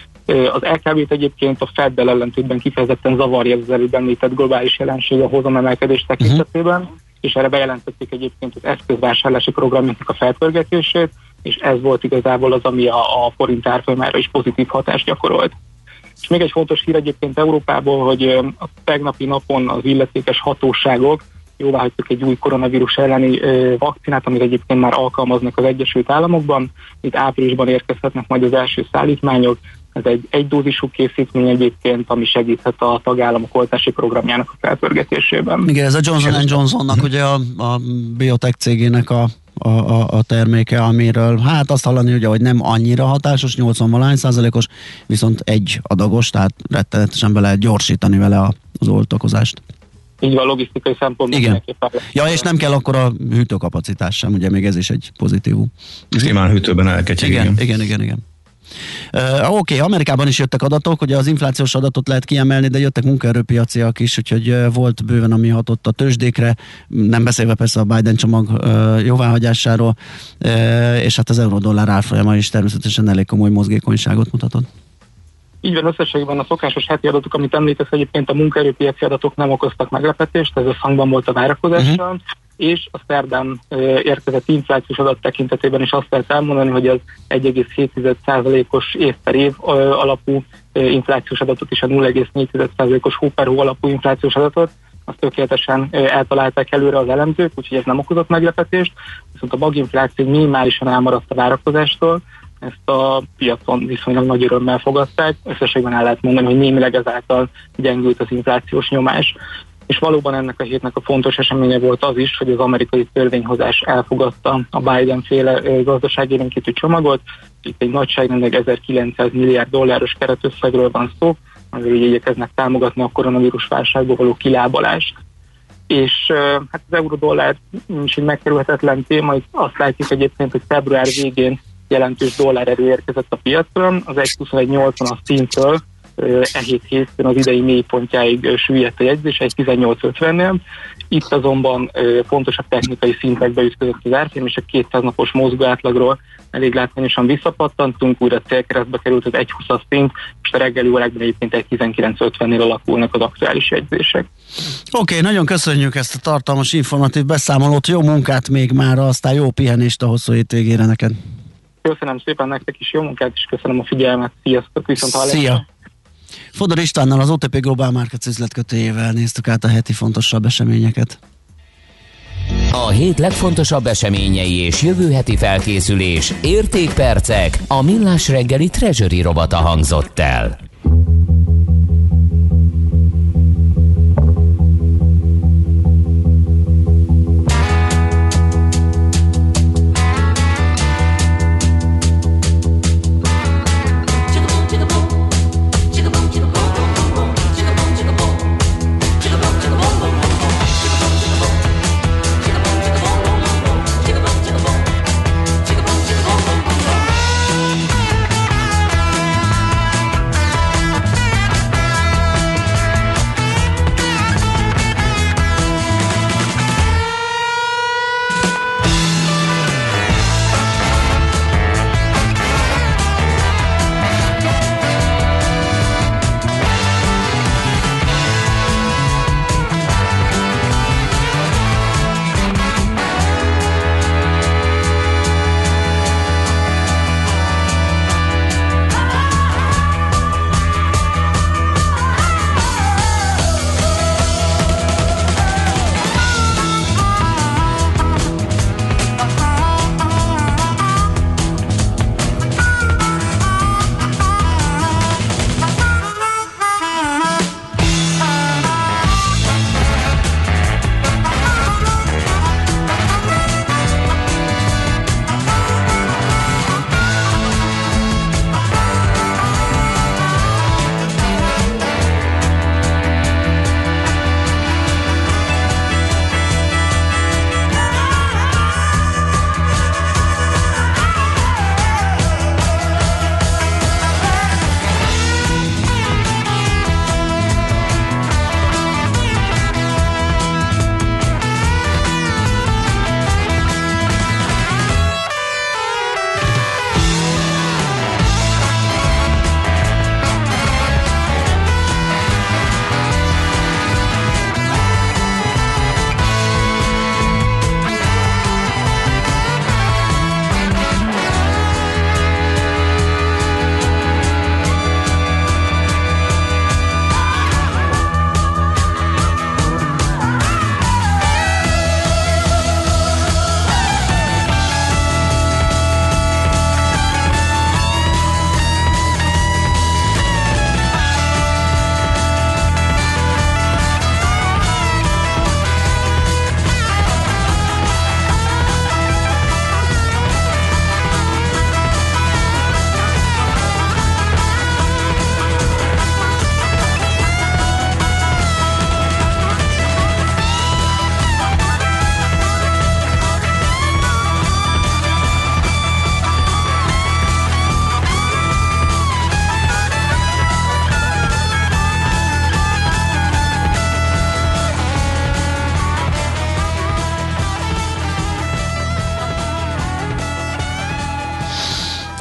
Az LKB-t egyébként a Feddel ellentétben kifejezetten zavarja az előbb említett globális jelenség a hozamemelkedés tekintetében, és erre bejelentették egyébként az eszközvásárlási programjának a felpörgetését, és ez volt igazából az, ami a forint árfolyamára is pozitív hatást gyakorolt. És még egy fontos hír egyébként Európából, hogy a tegnapi napon az illetékes hatóságok jóváhagytuk egy új koronavírus elleni vakcinát, amit egyébként már alkalmaznak az Egyesült Államokban. Itt áprilisban érkezhetnek majd az első szállítmányok. Ez egy egydózisú készítmény egyébként, ami segíthet a tagállamok oltási programjának a felpörgetésében. Igen, ez a Johnson & Johnsonnak ugye a biotech cégének a terméke, amiről hát azt hallani, ugye, hogy nem annyira hatásos, 80%-os, viszont egy adagos, tehát rettenetesen be lehet gyorsítani vele az oltakozást. Így van, logisztikai szempontból. Igen. Ja, és nem kell akkor a hűtőkapacitás sem, ugye még ez is egy pozitívum. Simán hűtőben elketyeg. Igen. Oké, Amerikában is jöttek adatok, ugye az inflációs adatot lehet kiemelni, de jöttek munkaerőpiaciak is, úgyhogy volt bőven, ami hatott a tőzsdékre, nem beszélve persze a Biden csomag jóváhagyásáról, és hát az euró-dollár árfolyama is természetesen elég komoly mozgékonyságot mutatott. Így van, összességben a szokásos heti adatok, amit említesz, egyébként a munkaerőpiaci adatok nem okoztak meglepetést, ez összhangban volt a várakozással, és a szerdán érkezett inflációs adat tekintetében is azt lehet elmondani, hogy az 1,7%-os év per év alapú inflációs adatot és a 0,4%-os hó per hó alapú inflációs adatot, azt tökéletesen eltalálták előre az elemzők, úgyhogy ez nem okozott meglepetést, viszont a maginfláció minimálisan elmaradt a várakozástól, ezt a piacon viszonylag nagy örömmel fogadták, összességben el lehet mondani, hogy némileg ezáltal gyengült az inflációs nyomás. És valóban ennek a hétnek a fontos eseménye volt az is, hogy az amerikai törvényhozás elfogadta a Biden-féle gazdaságélénkítő csomagot. Itt egy nagyságrendleg 1900 milliárd dolláros keretösszegről van szó, amivel így igyekeznek támogatni a koronavírus válságból való kilábalást. És hát az euró-dollár is egy megkerülhetetlen téma, itt azt látjuk egyébként, hogy február végén jelentős dollárerő érkezett a piacra, az 1,2180-as szintről hétfőn az idei mélypontjáig süllyedt a jegyzés, egy 1850-nél. Itt azonban fontosabb technikai szintekbe ütközött az árfolyam, és a 200 napos mozgó átlagról elég látványosan visszapattantunk, újra célkeresztbe került az 1,20-as szint, és a reggeli órákban egyébként egy 1950-nél alakulnak az aktuális jegyzések. Oké, nagyon köszönjük ezt a tartalmas, informatív beszámolót, jó munkát még már, aztán jó pihenést a hosszú hétvégére neked. Köszönöm szépen nektek is, jó munkát, és köszönöm a figyelmet. Sziasztok, viszont hallásra. Szia! Fodor Istvánnal, az OTP Global Markets üzletkötőjével néztük át a heti fontosabb eseményeket. A hét legfontosabb eseményei és jövő heti felkészülés, értékpercek, a Millás reggeli Treasury rovata hangzott el.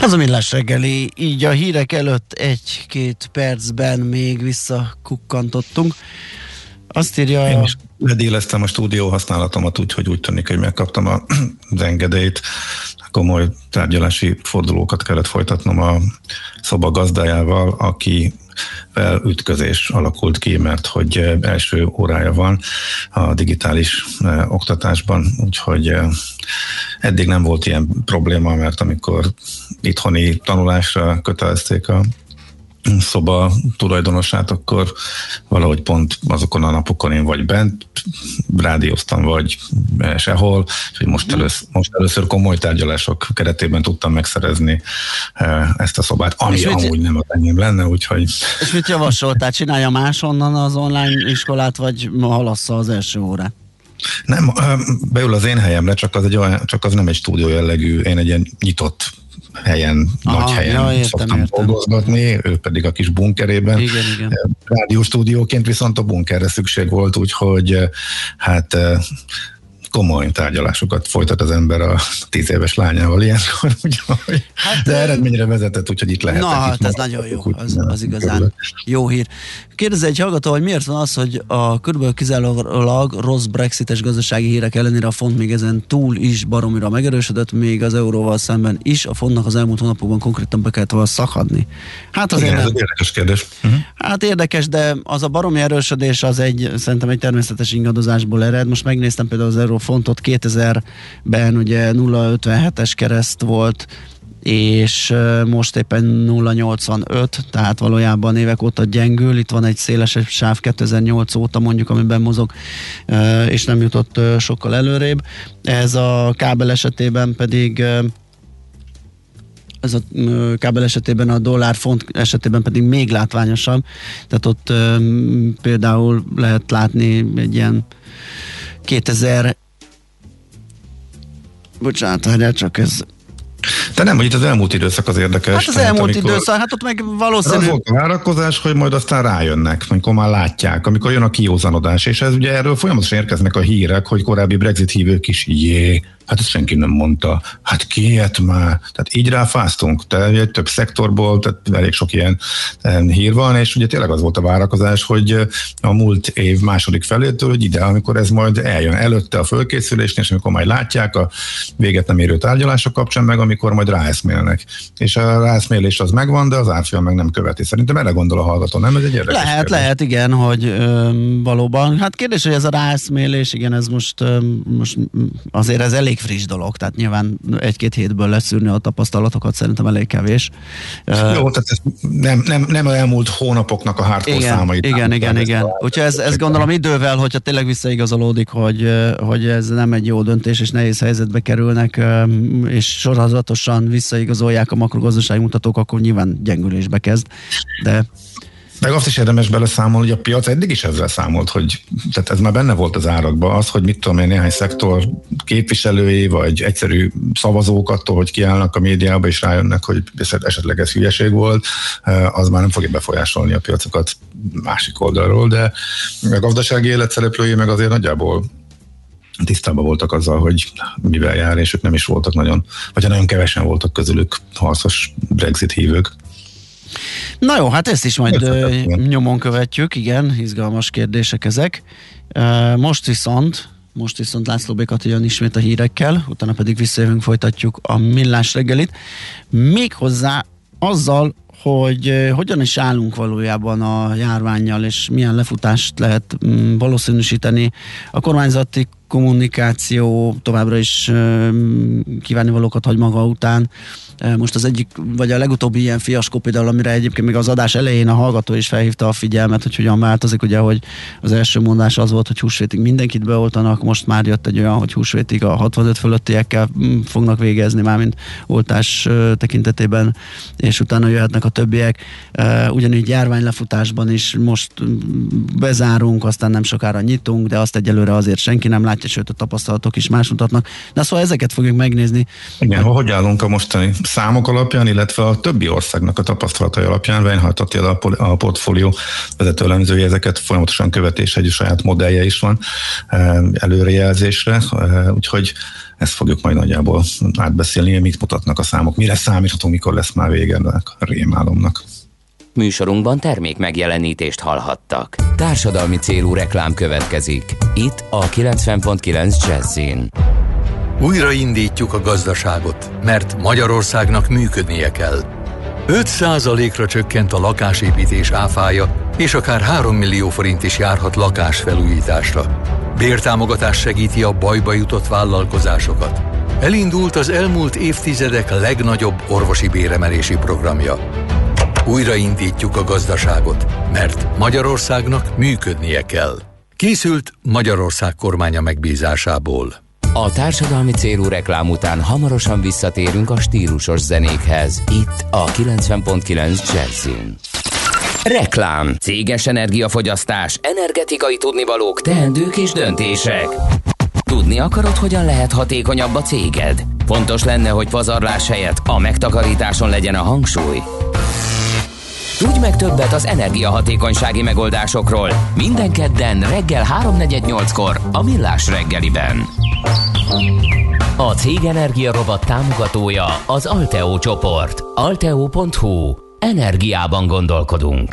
Az a Millás reggeli, így a hírek előtt 1-2 percben még visszakukkantottunk. Azt írja... Én is ledéleztem a stúdió használatomat úgy tűnik, hogy megkaptam az engedélyt. Komoly tárgyalási fordulókat kellett folytatnom a szoba gazdájával, akivel ütközés alakult ki, mert hogy első órája van a digitális oktatásban, úgyhogy eddig nem volt ilyen probléma, mert amikor itthoni tanulásra kötelezték a szoba tulajdonosát, akkor valahogy pont azokon a napokon én vagy bent rádióztam, vagy sehol, és most először komoly tárgyalások keretében tudtam megszerezni ezt a szobát, ami amúgy nem az enyém lenne, úgyhogy... És mit javasoltál? Csinálja máshonnan az online iskolát, vagy halassza az első órát? Nem, beül az én helyemre, csak az nem egy stúdió jellegű, én egy ilyen nyitott helyen, nagy helyen szoktam dolgozgatni, ő pedig a kis bunkerében. Igen. Rádióstúdióként viszont a bunkerre szükség volt, úgyhogy hát komoly tárgyalásokat folytat az ember a 10 éves lányával ilyenkor, úgyhogy, de eredményre vezetett, úgyhogy itt lehetett. Na, hát ez nagyon jó, az igazán jó hír. Kérdezze egy hallgató, hogy miért van az, hogy a körülbelül kizárólag rossz brexites gazdasági hírek ellenére a font még ezen túl is baromira megerősödött, még az euróval szemben is, a fontnak az elmúlt hónapokban konkrétan be kellett volna szakadni. Hát azért ez egy érdekes kérdés. Hát érdekes, de az a baromi erősödés az szerintem egy természetes ingadozásból ered. Most megnéztem például az eurófontot, 2000-ben ugye 0,57-es kereszt volt, és most éppen 0,85, tehát valójában évek óta gyengül, itt van egy szélesebb sáv 2008 óta mondjuk, amiben mozog, és nem jutott sokkal előrébb. Ez a kábel esetében pedig a dollár-font esetében pedig még látványosabb, tehát ott például lehet látni egy ilyen 2000 bocsánat, csak ez de nem, hogy itt az elmúlt időszak az érdekes. Hát az elmúlt időszak, hát ott meg valószínű... Az volt a várakozás, hogy majd aztán rájönnek, amikor már látják, amikor jön a kiózanodás, és ez ugye erről folyamatosan érkeznek a hírek, hogy korábbi Brexit hívők is, hát ezt senki nem mondta, hát ki ilyet már, tehát így ráfáztunk, tehát több szektorból, tehát elég sok ilyen hír van, és ugye tényleg az volt a várakozás, hogy a múlt év második felétől, hogy ide, amikor ez majd eljön előtte a fölkészülésnél, és amikor majd látják a véget nem érő tárgyalások kapcsán, meg amikor majd ráeszmélnek. És a ráeszmélés az megvan, de az árfolyam meg nem követi. Szerintem erre gondol a hallgató, nem? Ez egy érdekes lehet, igen, hogy valóban. Hát kérdés, hogy ez a ráeszmélés, igen, ez most azért ez elég friss dolog, tehát nyilván 1-2 hétből leszűrni a tapasztalatokat szerintem elég kevés. Jó, tehát ez nem elmúlt hónapoknak a hardcore számait. Igen. Úgyhogy ez gondolom idővel, hogyha tényleg visszaigazolódik, hogy ez nem egy jó döntés, és nehéz helyzetbe kerülnek, és sorozatosan visszaigazolják a makrogazdasági mutatók, akkor nyilván gyengülésbe kezd. De meg azt is érdemes beleszámolni, hogy a piac eddig is ezzel számolt, hogy tehát ez már benne volt az árakban, az, hogy mit tudom én, néhány szektor képviselői, vagy egyszerű szavazók attól, hogy kiállnak a médiába, és rájönnek, hogy esetleg ez hülyeség volt, az már nem fogja befolyásolni a piacokat másik oldalról, de a gazdasági élet szereplői meg azért nagyjából tisztában voltak azzal, hogy mivel jár, és ők nem is voltak nagyon, vagy nagyon kevesen voltak közülük harcos Brexit hívők. Na jó, hát ezt is majd nyomon követjük, igen, izgalmas kérdések ezek. Most viszont László B. Kati jön ismét a hírekkel, utána pedig visszajövünk, folytatjuk a Millás reggelit. Méghozzá azzal, hogy hogyan is állunk valójában a járvánnyal, és milyen lefutást lehet valószínűsíteni. A kormányzati kommunikáció továbbra is kívánnivalókat hagy maga után. Most az egyik, vagy a legutóbbi ilyen fiaskó például, amire egyébként még az adás elején a hallgató is felhívta a figyelmet, hogy hogyan változik, ugye, hogy az első mondás az volt, hogy húsvétig mindenkit beoltanak, most már jött egy olyan, hogy húsvétig a 65 fölöttiekkel fognak végezni, mármint oltás tekintetében, és utána jöhetnek a többiek. Ugyanígy járványlefutásban is most bezárunk, aztán nem sokára nyitunk, de azt egyelőre azért senki nem látja sőt a tapasztalatok is más mutatnak. De szóval ezeket fogjuk megnézni. Igen, hogy állunk a mostani számok alapján, illetve a többi országnak a tapasztalatai alapján. Weinhardt Attila a portfólió vezető elemzője, ezeket folyamatosan követés, egy saját modellje is van előrejelzésre, úgyhogy ezt fogjuk majd nagyjából átbeszélni, mit mutatnak a számok, mire számíthatunk, mikor lesz már vége a rémálomnak. Műsorunkban termék megjelenítést hallhattak. Társadalmi célú reklám következik. Itt a 90.9 Jazzin. Újraindítjuk a gazdaságot, mert Magyarországnak működnie kell. 5%-ra csökkent a lakásépítés áfája, és akár 3 millió forint is járhat lakásfelújításra. Bértámogatás segíti a bajba jutott vállalkozásokat. Elindult az elmúlt évtizedek legnagyobb orvosi béremelési programja. Újraindítjuk a gazdaságot, mert Magyarországnak működnie kell. Készült Magyarország kormánya megbízásából. A társadalmi célú reklám után hamarosan visszatérünk a stílusos zenékhez. Itt a 90.9 Jazzin. Reklám, céges energiafogyasztás, energetikai tudnivalók, teendők és döntések. Tudni akarod, hogyan lehet hatékonyabb a céged? Fontos lenne, hogy pazarlás helyett a megtakarításon legyen a hangsúly. Tudj meg többet az energiahatékonysági megoldásokról minden kedden reggel 3:48-kor a Millás reggeliben. A Cég Energia Robot támogatója az Alteo csoport. Alteo.hu. Energiában gondolkodunk.